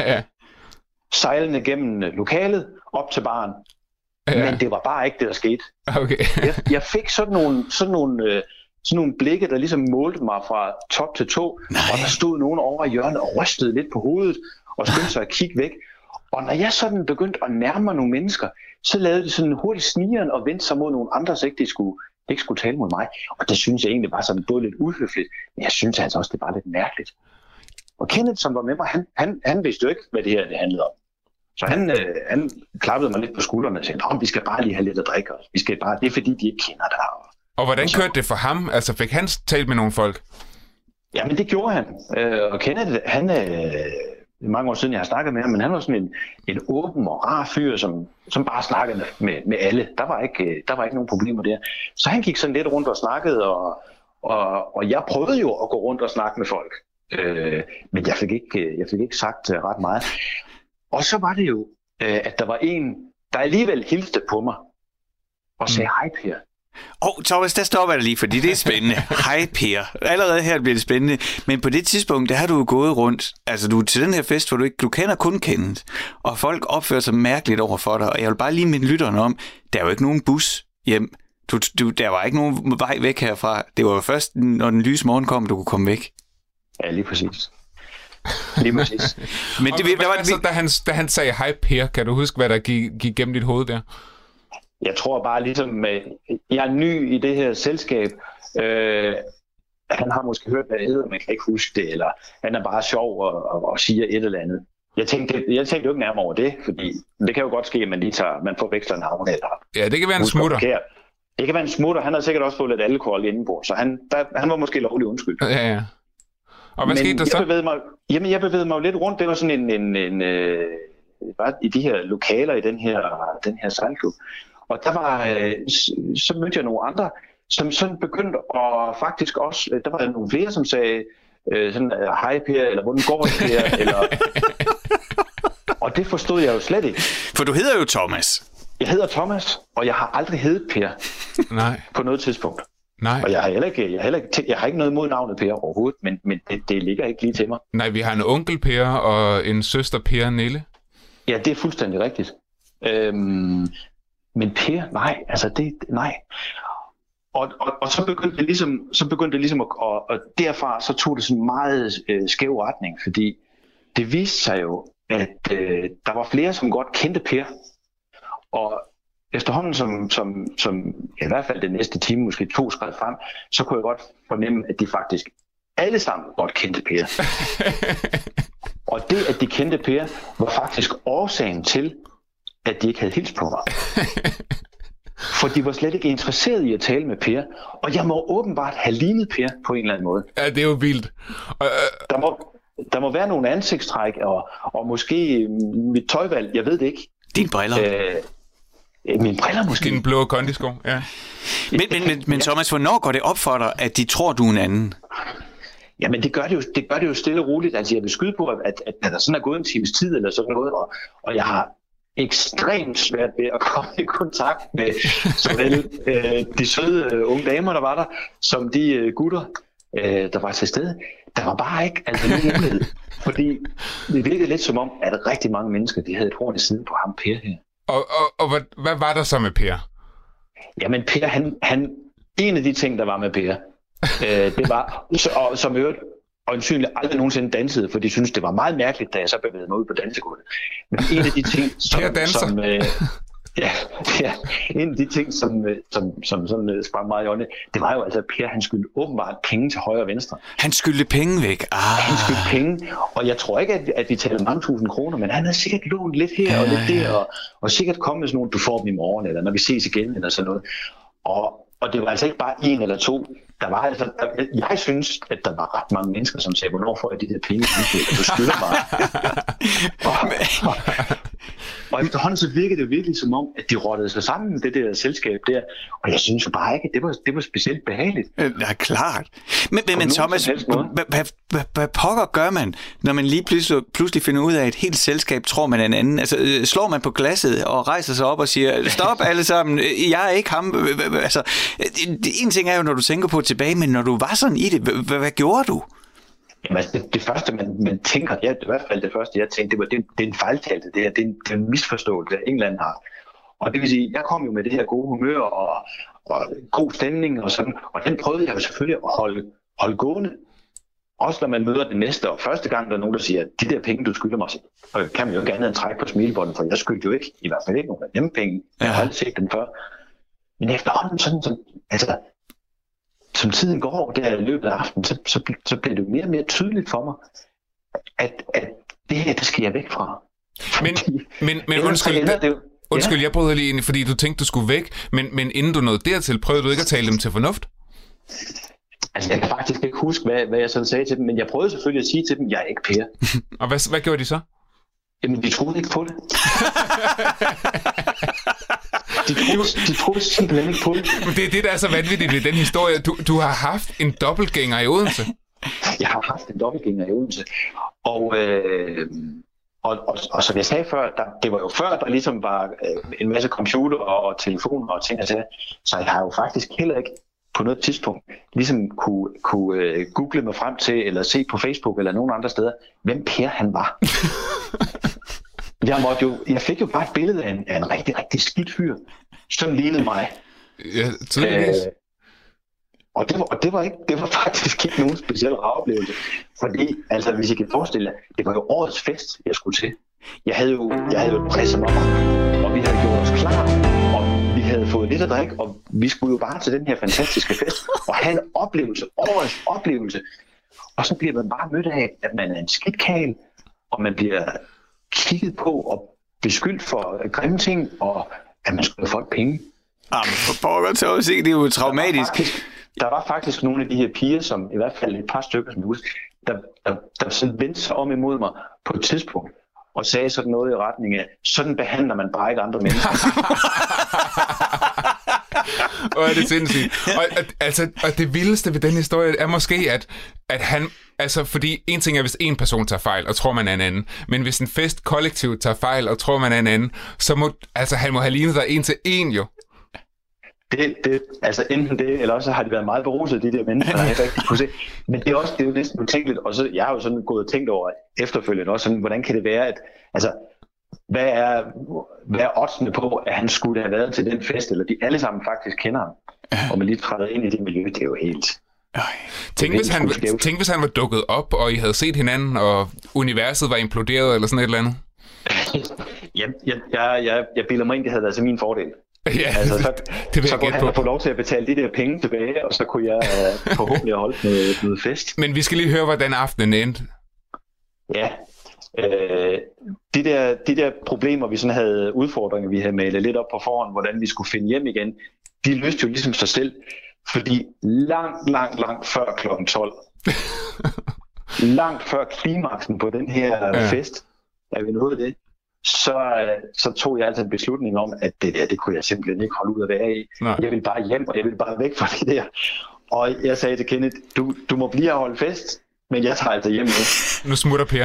sejlende gennem lokalet op til baren. Ja. Men det var bare ikke det, der skete. Okay. Jeg fik sådan nogle blikke, der ligesom målte mig fra top til tå. Og der stod nogen over i hjørnet og rystede lidt på hovedet og skyndte sig at kigge væk. Og når jeg sådan begyndte at nærme mig nogle mennesker, så lavede de sådan hurtigt snigeren og vendte sig mod nogle andre, så ikke skulle tale mod mig. Og det synes jeg egentlig var sådan både lidt uhøfligt, men jeg synes altså også, det var lidt mærkeligt. Og Kenneth, som var med mig, han vidste jo ikke, hvad det her det handlede om. Så han klappede mig lidt på skuldrene og sagde, vi skal bare lige have lidt at drikke. Vi skal bare, det er fordi, de ikke kender dig. Og hvordan kørte det for ham? Altså fik han talt med nogle folk? Jamen det gjorde han. Og Kenneth, han mange år siden, jeg har snakket med ham, men han var sådan en åben og rar fyr, som bare snakkede med alle. Der var ikke nogen problemer der. Så han gik sådan lidt rundt og snakkede, og jeg prøvede jo at gå rundt og snakke med folk. Men jeg fik ikke sagt ret meget. Og så var det jo, at der var en, der alligevel hilste på mig og sagde, hej Per. Thomas, der stopper jeg lige, fordi det er spændende. Hej Per. Allerede her bliver det spændende. Men på det tidspunkt, der har du jo gået rundt. Altså, du er til den her fest, hvor du kender kun Kenneth. Og folk opfører sig mærkeligt over for dig. Og jeg vil bare lige minde lytterne om, der er jo ikke nogen bus hjem. Der var ikke nogen vej væk herfra. Det var jo først, når den lyse morgen kom, du kunne komme væk. Ja, lige præcis. Lige præcis. Men det, hvad var det så, da han sagde hej Per? Kan du huske, hvad der gik gennem dit hoved der? Jeg tror bare ligesom, jeg er ny i det her selskab. Han har måske hørt, hvad det hedder, man kan ikke huske det, eller han er bare sjov og siger et eller andet. Jeg tænkte jo ikke nærmere over det, fordi det kan jo godt ske, at man forveksler navne. Ja, det kan være en smutter. Det kan være en smutter. Han har sikkert også fået lidt alkohol indenbord, så han var måske lovlig undskyld. Ja. Og hvad skete der så? Jeg bevægede mig jo lidt rundt. Det var sådan bare i de her lokaler i den her sejlklub. Og der var, så mødte jeg nogle andre, som sådan begyndte at faktisk også, der var nogle flere, som sagde sådan, hej Per, eller hvordan går det Per, eller... Og det forstod jeg jo slet ikke. For du hedder jo Thomas. Jeg hedder Thomas, og jeg har aldrig heddet Per. Nej. På noget tidspunkt. Nej. Og jeg har ikke noget imod navnet Per overhovedet, men det ligger ikke lige til mig. Nej, vi har en onkel Per og en søster Per Nille. Ja, det er fuldstændig rigtigt. Men Per, nej, altså nej. Og så begyndte det ligesom og derfra så tog det sådan en meget skæv retning, fordi det viste sig jo, at der var flere, som godt kendte Per. Og efterhånden som i hvert fald den næste time, måske 2 skridt frem, så kunne jeg godt fornemme, at de faktisk alle sammen godt kendte Per. Og det, at de kendte Per, var faktisk årsagen til, at de ikke havde hilst på mig. For de var slet ikke interesseret i at tale med Per, og jeg må åbenbart have lignet Per på en eller anden måde. Ja, det er jo vildt. Der må være nogle ansigtstræk, og måske mit tøjvalg, jeg ved det ikke. Dine briller. Mine briller måske. Dine blå kondisko, ja. Men Thomas, hvornår går det op for dig, at de tror, du er en anden? Jamen det gør det jo stille og roligt. Altså jeg vil skyde på, at der sådan er gået en times tid eller sådan noget, og jeg har ekstremt svært ved at komme i kontakt med såvel de søde unge damer, der var der, som de gutter, der var til stede. Der var bare ikke nogen mulighed, fordi det virkede lidt som om, at rigtig mange mennesker, de havde et horn i siden på ham, Per her. Og hvad var der så med Per? Jamen Per, han en af de ting, der var med Per, det var, som øvrigt øjensynligt aldrig nogensinde dansede, for de synes det var meget mærkeligt, da jeg så bevægede mig ud på dansegulvet. Men en af de ting, en af de ting, som sådan sprang meget i øjnene, det var jo altså, at Per, han skyldte åbenbart penge til højre og venstre. Han skyldte penge væk? Han skyldte penge, og jeg tror ikke, at vi talte mange tusind kroner, men han havde sikkert lånt lidt her og lidt der, og sikkert kommet med sådan nogle, du får dem i morgen, eller når vi ses igen, eller sådan noget. Og det var altså ikke bare 1 eller 2. Der var altså, jeg synes, at der var ret mange mennesker, som sagde, hvornår får jeg de der penge, du skylder mig. Og efterhånden så virkede det virkelig som om, at de rottede sig sammen med det der selskab der. Og jeg synes bare ikke, at det var specielt behageligt. Ja, klart. Men Thomas, hvad pokker gør man, når man lige pludselig finder ud af, at et helt selskab tror man er en anden? Altså, slår man på glasset og rejser sig op og siger, stop alle sammen, jeg er ikke ham. Altså, en ting er jo, når du tænker på tilbage, men når du var sådan i det, hvad gjorde du? Jamen, altså, det første, man tænker, i hvert fald det første, jeg tænkte, det er en fejltagelse, det er en misforståelse, der England har. Og det vil sige, jeg kom jo med det her gode humør og god stemning og sådan, og den prøvede jeg jo selvfølgelig at holde gående. Også når man møder det næste, og første gang der er nogen, der siger, de der penge, du skylder mig, og kan man jo ikke andet end trække på smilebåndet, for jeg skyldte jo ikke, i hvert fald ikke nogen af dem penge. Jeg har aldrig set dem før. Men efterhånden sådan, altså, som tiden går der i løbet af aftenen, så bliver det mere og mere tydeligt for mig, at det her, det skal jeg væk fra. Men undskyld, jeg prøvede lige ind, fordi du tænkte, du skulle væk, men inden du nåede dertil, prøvede du ikke at tale dem til fornuft? Altså, jeg kan faktisk ikke huske, hvad jeg sådan sagde til dem, men jeg prøvede selvfølgelig at sige til dem, jeg er ikke Per. Og hvad gjorde de så? Jamen, de troede ikke på det. De troede simpelthen ikke på det. Det er det, der er så vanvittigt ved den historie. Du har haft en dobbeltgænger i Odense. Jeg har haft en dobbeltgænger i Odense. Og som jeg sagde før, det var jo før, der ligesom var en masse computer og telefoner og ting og sager. Så jeg har jo faktisk heller ikke på noget tidspunkt ligesom kunne google mig frem til, eller se på Facebook eller nogen andre steder, hvem Per han var. Jeg fik jo bare et billede af en rigtig, rigtig skidt fyr, som lignede mig. Ja, tydeligvis. Og det var faktisk ikke nogen speciel oplevelse, fordi, altså hvis I kan forestille jer, det var jo årets fest, jeg skulle til. Jeg havde jo presset mig op, og vi havde gjort os klar, og vi havde fået lidt at drikke, og vi skulle jo bare til den her fantastiske fest, og have en oplevelse, årets oplevelse. Og så bliver man bare mødt af, at man er en skidtkagel, og man bliver kigget på og beskyldt for grimme ting, og at man skulle have folk penge. Jamen, for pokker til at se, det er jo traumatisk. Der var faktisk nogle af de her piger, som i hvert fald et par stykker, som jeg husker, der sådan vendte sig om imod mig på et tidspunkt, og sagde sådan noget i retning af, sådan behandler man bare ikke andre mennesker. Og er det sindssygt. Og det vildeste ved den historie er måske, at han, altså fordi en ting er, hvis en person tager fejl og tror man er en anden, men hvis en fest kollektivt tager fejl og tror man er en anden, så må, altså han må have lignet dig en til en jo. Altså enten det, eller også har de været meget beruset, de der mennesker, der ikke rigtig kunne se. Men det er jo næsten utænkeligt, og så jeg har jo sådan gået og tænkt over efterfølgende også, sådan, hvordan kan det være, at altså, hvad er oddsene på, at han skulle have været til den fest, eller de alle sammen faktisk kender ham, og man lige træder ind i det miljø, det er jo helt... Tænk hvis han var dukket op, og I havde set hinanden, og universet var imploderet, eller sådan et eller andet. Jeg bilder mig ind, det havde været til min fordel. Ja, altså, så kunne han få lov til at betale de der penge tilbage, og så kunne jeg forhåbentlig holde noget fest. Men vi skal lige høre, hvordan aftenen endte. Ja, de der problemer, vi sådan havde, udfordringer, vi havde malet lidt op på forhånd, hvordan vi skulle finde hjem igen, de løste jo ligesom sig selv, fordi langt før klokken 12, langt før klimaksen på den her fest, er vi nået det, så tog jeg altså en beslutning om, at det kunne jeg simpelthen ikke holde ud at være i. Nej. Jeg ville bare hjem, og jeg ville bare væk fra det der. Og jeg sagde til Kenneth, du må blive og holde fest, men jeg tager altså hjem nu. Nu smutter Per.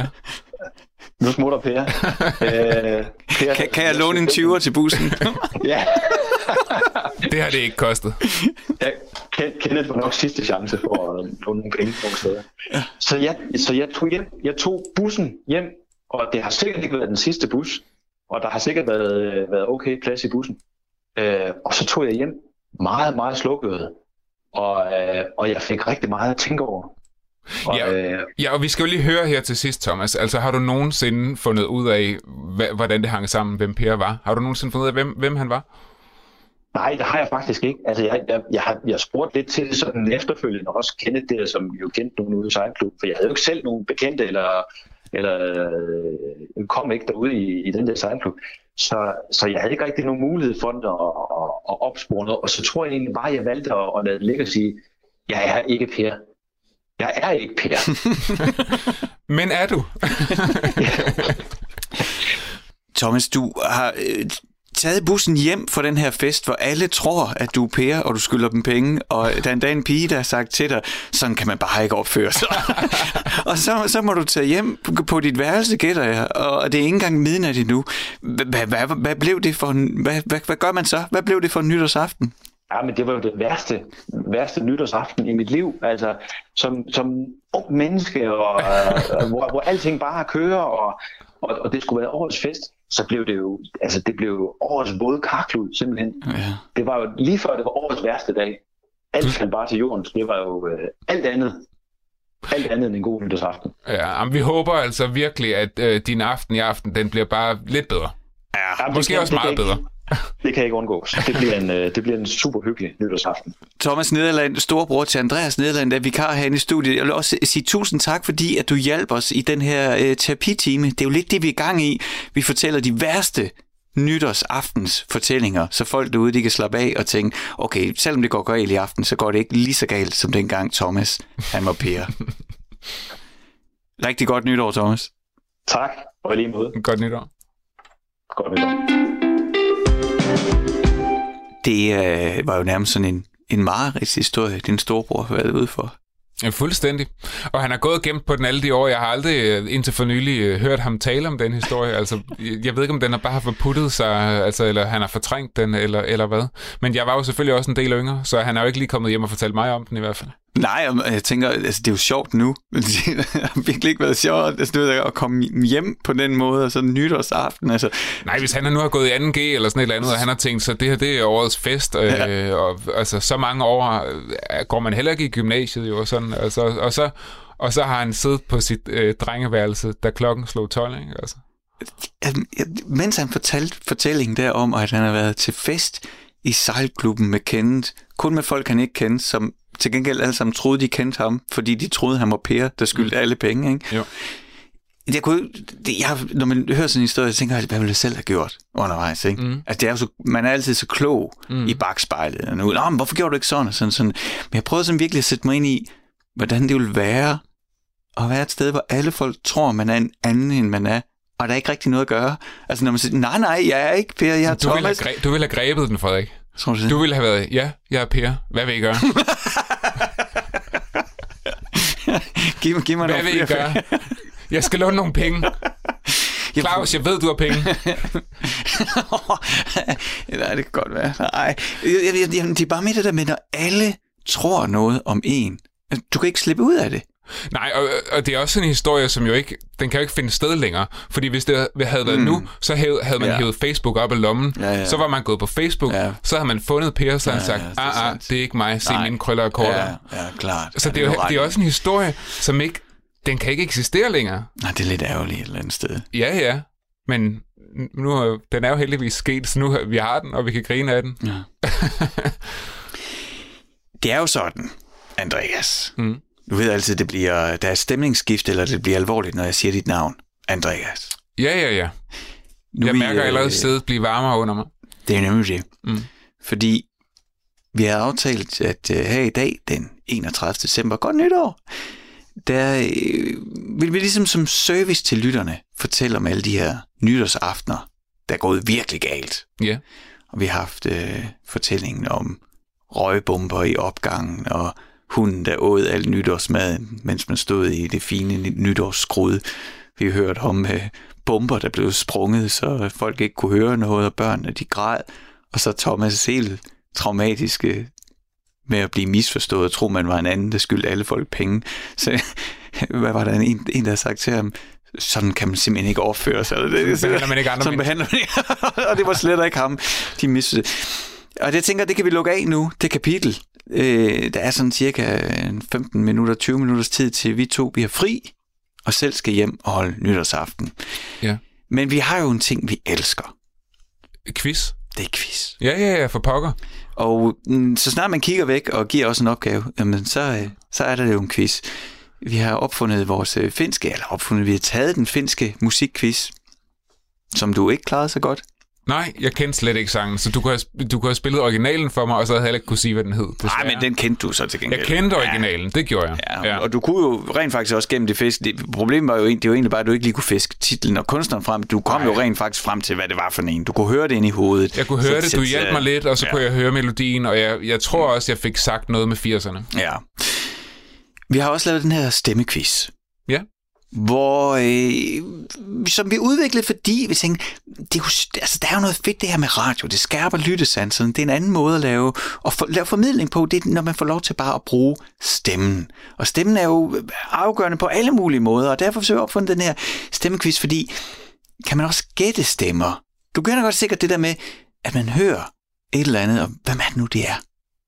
Per kan jeg låne en 20'er til bussen? Ja. Det har det ikke kostet. Ja, Kenneth var nok sidste chance for at låne nogle penge nogle steder. Så jeg tog hjem. Jeg tog bussen hjem, og det har sikkert ikke været den sidste bus, og der har sikkert været okay plads i bussen. Og så tog jeg hjem meget, meget slukket, og jeg fik rigtig meget at tænke over. Og vi skal jo lige høre her til sidst, Thomas. Altså, har du nogensinde fundet ud af, hvordan det hang sammen, hvem Per var? Har du nogensinde fundet ud af, hvem han var? Nej, det har jeg faktisk ikke. Altså, jeg spurgte lidt til sådan efterfølgende, også Kenneth der, som jo kendte nogen ude i sejlklub, for jeg havde jo ikke selv nogen bekendte, eller kom ikke derude i den der sejlklub. Så jeg havde ikke rigtig nogen mulighed for det at opspore noget, og så tror jeg egentlig bare, at jeg valgte at lade det ligge og sige, jeg er ikke Per. Jeg er ikke Per. Men er du? Thomas, du har taget bussen hjem fra den her fest, hvor alle tror, at du er Per, og du skylder dem penge, og der er endda en pige, der har sagt til dig, sådan kan man bare ikke opføre sig. Og så må du tage hjem på dit værelse, gætter jeg, og det er ikke engang midnat endnu. Hvad blev det for hvad gør man så? Hvad blev det for en nytårsaften? Ja, men det var jo det værste nytårsaften i mit liv, altså som ung menneske, og hvor alting bare kører, og det skulle være årets fest, så blev det jo, altså det blev jo årets våde karklud, simpelthen. Ja. Det var jo lige før det var årets værste dag. Alt faldt bare til jorden, så det var jo alt andet end en god nytårsaften. Ja, men vi håber altså virkelig, at din aften i aften, den bliver bare lidt bedre. Ja, måske også meget bedre. Det kan ikke undgås. Det bliver en super hyggelig nytårsaften. Thomas Nederland, storebror til Andreas Nederland, der er vikar herinde i studiet. Jeg vil også sige tusind tak, fordi at du hjalp os i den her terapitime. Det er jo lidt det, vi er i gang i. Vi fortæller de værste nytårsaftens fortællinger, så folk derude, de kan slappe af og tænke, okay, selvom det går galt i aften, så går det ikke lige så galt, som dengang Thomas, han var Per. Rigtig godt nytår, Thomas. Tak, og i lige måde. Godt nytår. Godt nytår. Det var jo nærmest sådan en mareridtshistorie, din storebror har været ude for. Ja, fuldstændig. Og han har gået gemt på den alle de år. Jeg har aldrig indtil for nylig hørt ham tale om den historie. Altså, jeg ved ikke, om den har bare forputtet sig, altså, eller han har fortrængt den, eller hvad. Men jeg var jo selvfølgelig også en del yngre, så han har jo ikke lige kommet hjem og fortalt mig om den i hvert fald. Nej, jeg tænker, altså det er jo sjovt nu, men det har virkelig ikke været sjovt at komme hjem på den måde, og sådan nytårsaften. Altså. Nej, hvis han nu har gået i 2G eller sådan et eller andet, og han har tænkt, så det her, det er årets fest, og altså så mange år går man heller ikke i gymnasiet jo, og sådan, altså, og så har han siddet på sit drengeværelse, da klokken slog 12, ikke? Altså. Mens han fortalte fortællingen der om, at han har været til fest i sejlklubben med Kenneth, kun med folk, han ikke kendte, som til gengæld alle sammen troede, de kendte ham, fordi de troede, han var Per, der skyldte alle penge, ikke? Jo. Når man hører sådan en historie, så tænker jeg, hvad ville jeg selv have gjort undervejs, ikke? Altså, det er jo så, man er altid så klog i bagspejlet. Og nu, men hvorfor gjorde du ikke sådan? Men jeg prøvede sådan virkelig at sætte mig ind i, hvordan det ville være at være et sted, hvor alle folk tror, man er en anden, end man er, og der er ikke rigtig noget at gøre. Altså, når man siger, nej, jeg er ikke Per, jeg er Thomas. Du ville have grebet den, Frederik. Du ville have været, ja, jeg er Per. Hvad vil I gøre? Giv mig hvad vil I gøre? Jeg skal låne nogle penge. Claus, jeg ved, du har penge. Nej, det kan godt være. Nej, det er bare med det der med, når alle tror noget om en. Du kan ikke slippe ud af det. Nej, og det er også en historie, som jo ikke, den kan jo ikke finde sted længere. Fordi hvis det havde været nu, så havde man hævet Facebook op af lommen. Ja. Så var man gået på Facebook, så havde man fundet Per, og så havde sagt, det er ikke mig, se mine krøller og korter. Ja, klart. Så det er også en historie, som ikke, den kan ikke eksistere længere. Nej, det er lidt ærgerligt et eller andet sted. Ja, men nu, den er jo heldigvis sket, så nu vi har den, og vi kan grine af den. Ja. Det er jo sådan, Andreas. Du ved altid, der er et stemningsskift, eller det bliver alvorligt, når jeg siger dit navn. Andreas. Ja. Jeg mærker allerede sædet blive varmere under mig. Det er nemlig det. Fordi vi har aftalt, at her i dag, den 31. december, godt nytår, der vil vi ligesom som service til lytterne fortælle om alle de her nytårsaftener, der er gået virkelig galt. Ja. Og vi har haft fortællingen om røgbomber i opgangen, og hunden, der åd al nytårsmaden, mens man stod i det fine nytårsskrud. Vi har hørt om bomber, der blev sprunget, så folk ikke kunne høre noget, og børnene de græd. Og så Thomas helt traumatiske med at blive misforstået og tro, man var en anden, der skyldte alle folk penge. Så hvad var der en der havde sagt til ham? Sådan kan man simpelthen ikke opføre sig. Behandler man ikke andre sådan behandler man ikke. Og det var slet ikke ham. De mistede. Og det tænker, det kan vi lukke af nu, det kapitel. Der er sådan cirka 15 minutter, 20 minutters tid til vi to, vi har fri, og selv skal hjem og holde nytårsaften. Ja. Men vi har jo en ting, vi elsker. Quiz. Det er quiz. Ja, for pokker. Og så snart man kigger væk og giver os en opgave, jamen, så er der jo en quiz. Vi har opfundet vores vi har taget den finske musikquiz, som du ikke klarede så godt. Nej, jeg kendte slet ikke sangen, så du kunne have spillet originalen for mig, og så havde jeg heller ikke kunne sige, hvad den hed. Nej, men den kendte du så til gengæld. Jeg kendte originalen, det gjorde jeg. Ja. Og du kunne jo rent faktisk også gennem det fisk. Problemet var jo egentlig bare, at du ikke lige kunne fiske titlen og kunstneren frem. Du kom jo rent faktisk frem til, hvad det var for en. Du kunne høre det ind i hovedet. Jeg kunne høre det, du hjalp mig lidt, og så kunne jeg høre melodien, og jeg tror også, jeg fik sagt noget med 80'erne. Ja. Vi har også lavet den her stemmequiz. Ja. Hvor, som vi udviklede, fordi vi tænkte, der er jo noget fedt det her med radio, det skærper lyttesanserne, det er en anden måde at lave formidling på, det er, når man får lov til bare at bruge stemmen. Og stemmen er jo afgørende på alle mulige måder, og derfor har vi opfundet den her stemmequiz, fordi kan man også gætte stemmer. Du kender godt sikkert det der med, at man hører et eller andet, og hvem er det nu, det er?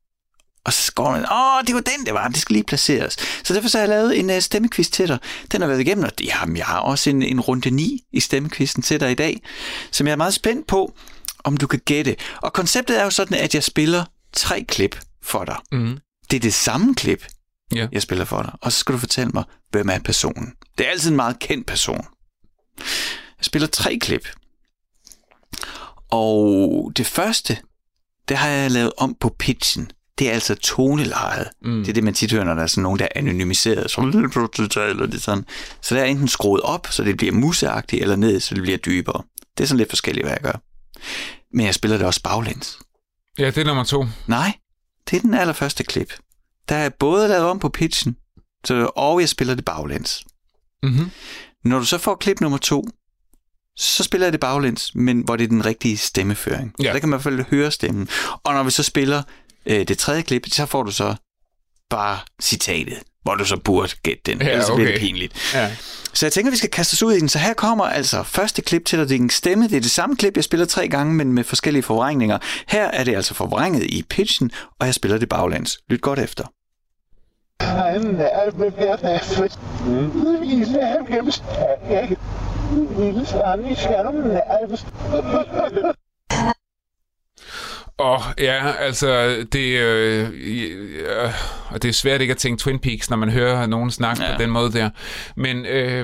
Og så går man, det var den, det var. Det skal lige placeres. Så derfor så har jeg lavet en stemmequiz til dig. Den har været igennem, og jeg har også en runde 9 i stemmekvisten til dig i dag, som jeg er meget spændt på, om du kan gætte. Og konceptet er jo sådan, at jeg spiller 3 klip for dig. Mm. Det er det samme klip, jeg spiller for dig. Og så skal du fortælle mig, hvem er personen. Det er altid en meget kendt person. Jeg spiller 3 klip. Og det første, det har jeg lavet om på pitchen. Det er altså tonelejet. Det er det, man tit hører, når der er sådan nogen, der er anonymiseret. Så der er enten skruet op, så det bliver museagtigt, eller ned, så det bliver dybere. Det er sådan lidt forskelligt, hvad jeg gør. Men jeg spiller det også baglæns. Ja, det er nummer 2. Nej, det er den allerførste klip. Der er både lavet om på pitchen, og jeg spiller det baglæns. Mm-hmm. Når du så får klip nummer 2, så spiller jeg det baglæns, men hvor det er den rigtige stemmeføring. Ja. Der kan man i hvert fald høre stemmen. Og når vi så spiller det tredje klip, så får du så bare citatet, hvor du så burde gætte den. Ellers så bliver det pinligt. Ja. Så jeg tænker, vi skal kaste os ud i den. Så her kommer altså første klip til dig. Det er en stemme. Det er det samme klip, jeg spiller 3 gange, men med forskellige forvrængninger. Her er det altså forvrænget i pitchen, og jeg spiller det baglæns. Lyt godt efter. Ja, altså, det er svært ikke at tænke Twin Peaks, når man hører nogen snakke på den måde der. Men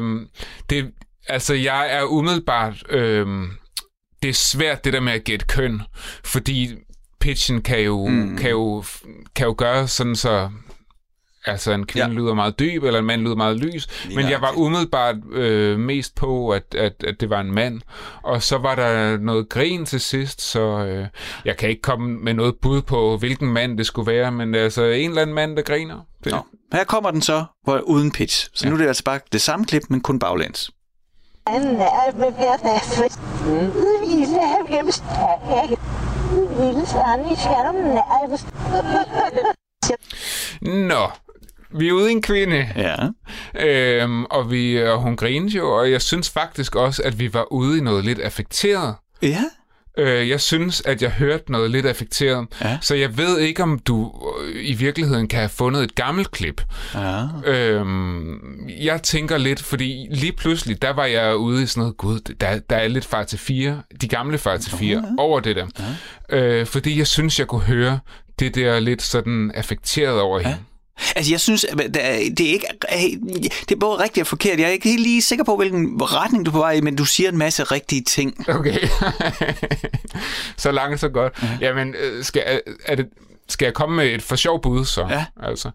jeg er umiddelbart, det er svært det der med at gætte køn, fordi pitchen kan jo gøre sådan så. Altså en kvinde lyder meget dyb, eller en mand lyder meget lys. Men jeg var umiddelbart mest på, at det var en mand. Og så var der noget grin til sidst, så jeg kan ikke komme med noget bud på, hvilken mand det skulle være. Men altså en eller anden mand, der griner. Her kommer den så uden pitch. Så nu er det altså bare det samme klip, men kun baglæns. Nå, vi er ude i en kvinde. Ja. Og hun grinede jo, og jeg synes faktisk også, at vi var ude i noget lidt affekteret. Ja. Jeg synes, at jeg hørte noget lidt affekteret. Ja. Så jeg ved ikke, om du i virkeligheden kan have fundet et gammelt klip. Ja. Jeg tænker lidt, fordi lige pludselig, der var jeg ude i sådan noget, gud, der er lidt Far til 4, de gamle Far til 4, over det der. Ja. Fordi jeg synes, jeg kunne høre det der lidt sådan affekteret over hende. Altså, jeg synes, det er både rigtigt og forkert. Jeg er ikke helt lige sikker på, hvilken retning du er på vej i, men du siger en masse rigtige ting. Okay. Så langt, så godt. Jamen, skal jeg komme med et for sjov bud, så? Ja. Altså,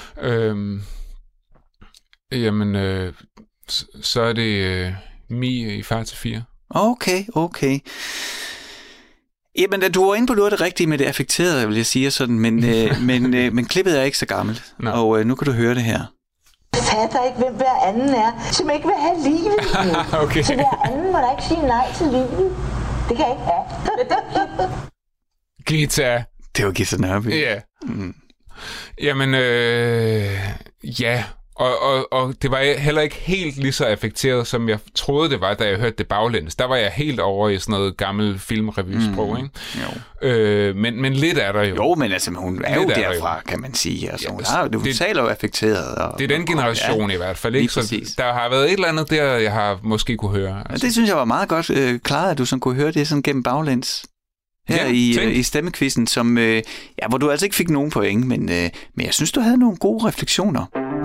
så er det Mie i Far til 4. Okay. Jamen, du var inde på noget af det rigtige med det affekterede, vil jeg sige sådan, men klippet er ikke så gammelt, og nu kan du høre det her. Jeg fatter ikke, hvem hver anden er, som ikke vil have livet. Okay. Så hver anden må da ikke sige nej til livet. Det kan jeg ikke have. Gita. Det var Gita Nørby. Ja. Jamen, ja. Og det var heller ikke helt lige så affekteret, som jeg troede, det var, da jeg hørte det baglæns. Der var jeg helt over i sådan noget gammel filmrevysprog, ikke? Men lidt er der jo. Jo, men altså, hun er jo derfra, kan man sige. Altså, hun taler jo affekteret. Og, det er den generation i hvert fald, ikke? Så der har været et eller andet der, jeg har måske kunne høre. Altså. Det synes jeg var meget godt klaret, at du sådan kunne høre det sådan gennem baglæns. Her i stemmekvisten, som, hvor du altså ikke fik nogen point, men jeg synes, du havde nogle gode refleksioner.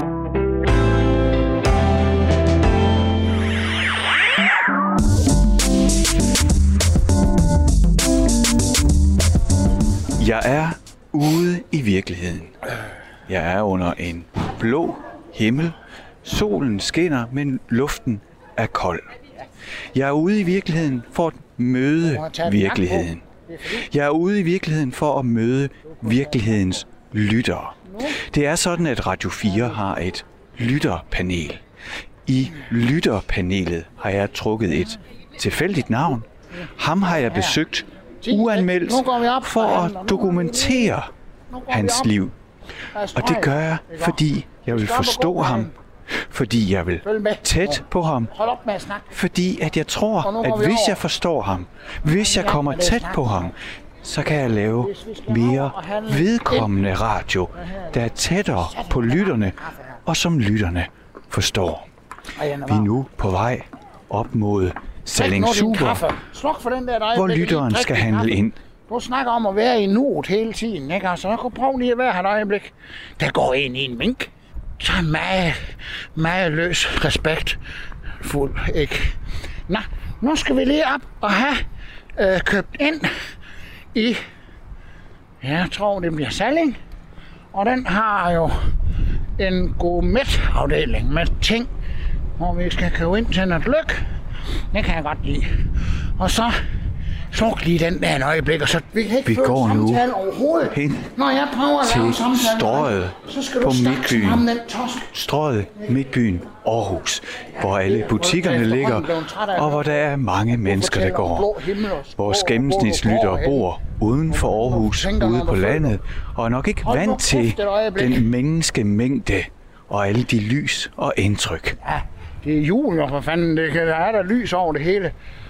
Jeg er ude i virkeligheden. Jeg er under en blå himmel. Solen skinner, men luften er kold. Jeg er ude i virkeligheden for at møde virkeligheden. Jeg er ude i virkeligheden for at møde virkelighedens lyttere. Det er sådan, at Radio 4 har et lytterpanel. I lytterpanelet har jeg trukket et tilfældigt navn. Ham har jeg besøgt uanmeldt for at dokumentere hans liv. Og det gør jeg, fordi jeg vil forstå ham. Fordi jeg vil tæt på ham. Fordi at jeg tror, at hvis jeg forstår ham, hvis jeg kommer tæt på ham, så kan jeg lave mere vedkommende radio, der er tættere på lytterne, og som lytterne forstår. Vi er nu på vej op mod Salling Super, hvor lytteren skal handle ind. Du snakker om at være i nuet hele tiden, ikke? Altså, jeg kunne prøve lige at være her et øjeblik. Der går ind i en mink. Så meget løs, respektfuld, ikke? Nå, nu skal vi lige op og have købt ind i, jeg tror det bliver Salling. Og den har jo en gourmet-afdeling med ting, hvor vi skal købe ind til noget lyk. Det kan jeg godt lide. Og så sluk lige den der en øjeblik, og så vi kan ikke føre samtale overhovedet. Når jeg prøver at lave samtale, så skal du snakke om den tosk. Strøget Midtbyen Aarhus, hvor alle butikkerne ligger, og hvor der er mange mennesker, der går. Vores gennemsnitslyttere bor uden for Aarhus, ude på landet, og er nok ikke vant til den menneskemængde og alle de lys og indtryk. Ja, det er jul, og for fanden, der er der lys over det hele.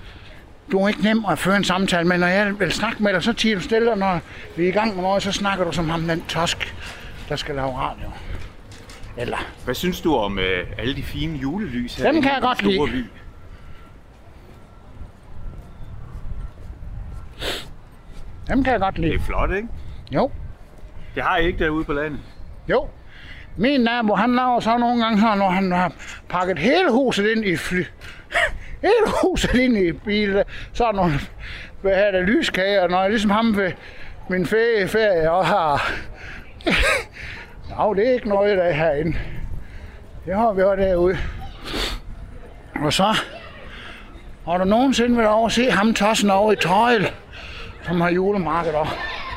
Du er ikke nem at føre en samtale, men når jeg vil snakke med dig, så tiger du stille, og når vi er i gang med noget, så snakker du som ham, den tosk, der skal lave radio. Eller... Hvad synes du om alle de fine julelys her? Dem kan jeg godt lide. Dem kan jeg godt lide. Det er flot, ikke? Jo. Det har I ikke derude på landet? Jo. Min nabo, han laver så nogle gange her, når han har pakket hele huset ind i fly. Hele huset ind i bilen. Så er nogle der lyskager, når jeg ligesom ham ved min ferie og har... Nå, det er ikke noget, der er herinde. Det har vi også derude. Og så har du nogensinde været over at se ham tossen over i Tøjl, som har julemarked også.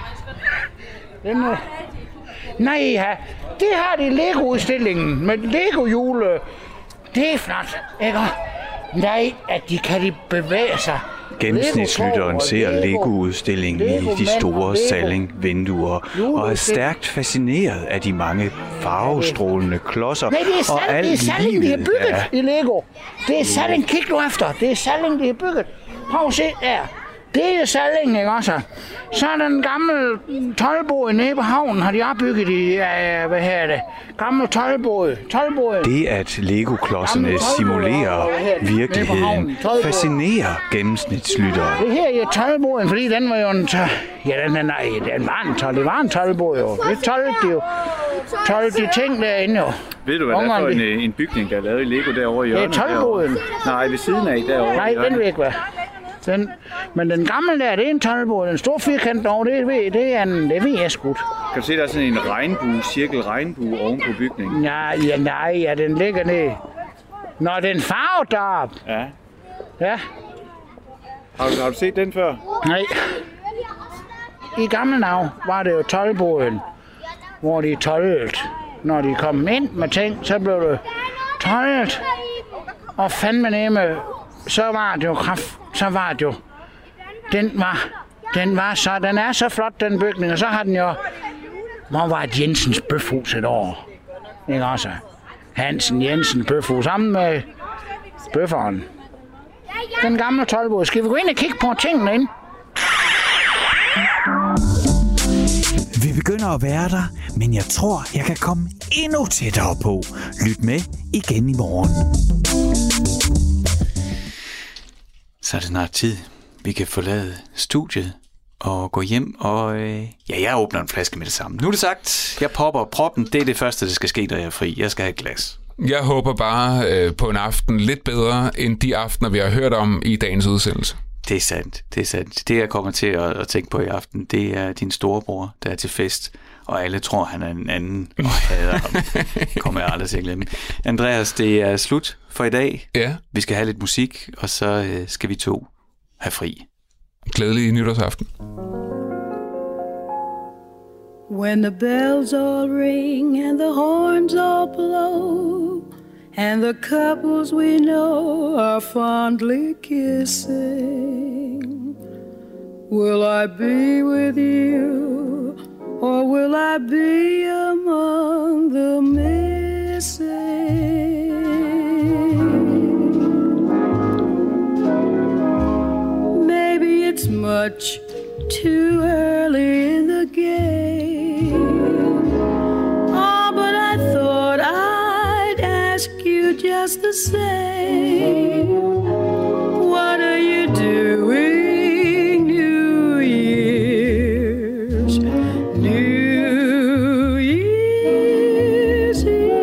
Nej, ja. Det har de Lego-udstillingen med Lego-jule. Det er flot, ikke? Nej, at de kan bevæge sig. Gennemsnitslytteren ser Lego-udstillingen i de store Salling-vinduer og er stærkt fascineret af de mange farvestrålende klodser. Nej, det er alt det er Salling, de har bygget i Lego. Det er Mm. Salling, kig nu efter. Det er Salling, de har bygget. Prøv at se der. Det er Salling, ikke også? Så er den gamle toldbåd nede på havnen, har de opbygget i, hvad her er det? Gammel toldbåd. Det, at Lego-klodserne simulerer virkeligheden, fascinerer gennemsnitslytteren. Det her er toldbåden, fordi den var jo en det var en toldbåd jo. Det toldte de ting derinde jo. Ved du, hvad det er for en bygning, der er lavet i Lego derovre i hjørnet? Det er toldbåden. Nej, ved siden af derovre. Nej, den vil ikke være. Men den gamle der, det er en toldbåd. Den store firkant derovre, det ved jeg sgu. Kan du se, der er sådan en cirkel-regnbue oven på bygningen? Ja, den ligger ned. Nå, den farve deroppe. Ja. Ja. Har du set den før? Nej. I gamle navn var det jo toldbåden, hvor de toldede. Når de kom ind med ting, så blev det toldet. Og fandme nemme, så var det jo den er så flot, den bygning, og så har den jo, hvor var et Jensens Bøfhus et år, ikke også? Hansen Jensen Bøfhus, sammen med bøfferen. Den gamle toldbåd. Skal vi gå ind og kigge på tingene ind? Vi begynder at være der, men jeg tror, jeg kan komme endnu tættere på. Lyt med igen i morgen. Så er det snart tid. Vi kan forlade studiet og gå hjem, og jeg åbner en flaske med det samme. Nu er det sagt, jeg popper proppen. Det er det første, der skal ske, når jeg er fri. Jeg skal have et glas. Jeg håber bare på en aften lidt bedre end de aftener, vi har hørt om i dagens udsendelse. Det er sandt. Det, jeg kommer til at tænke på i aften, det er din storebror, der er til fest, og alle tror, han er en anden, og hader ham. Kommer jeg aldrig til at glemme. Andreas, det er slut for i dag. Ja. Vi skal have lidt musik, og så skal vi to have fri. Glædelig nytårsaften. When the bells all ring and the horns all blow and the couples we know are fondly kissing, will I be with you or will I be among the missing? Maybe it's much too early in the game. Oh, but I thought I'd ask you just the same. What are you doing New Year's? New Year's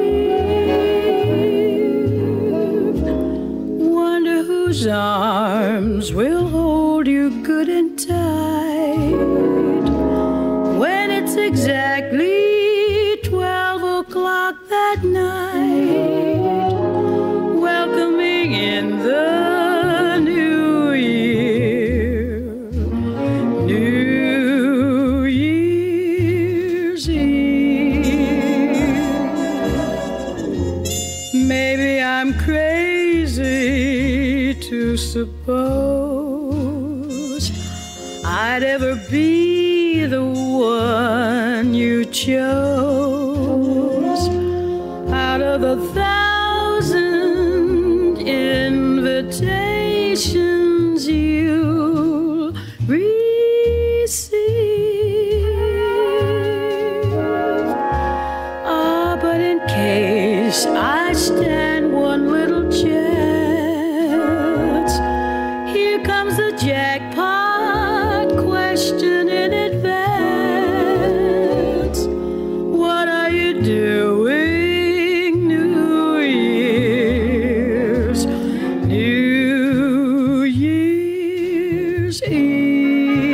Eve. Wonder whose arms will hold you good and tight when it's exactly 12 o'clock that night, welcoming in the new year, New Year's Eve. Maybe I'm crazy to suppose I'd ever be the one you chose out of the 1,000 invitations you'll receive. Ah, but in case I stand one little chance, here comes the jackpot question in advance. What are you doing New Year's? New Year's Eve.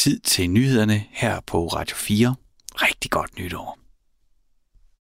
tid til nyhederne her på Radio 4. Rigtig godt nytår.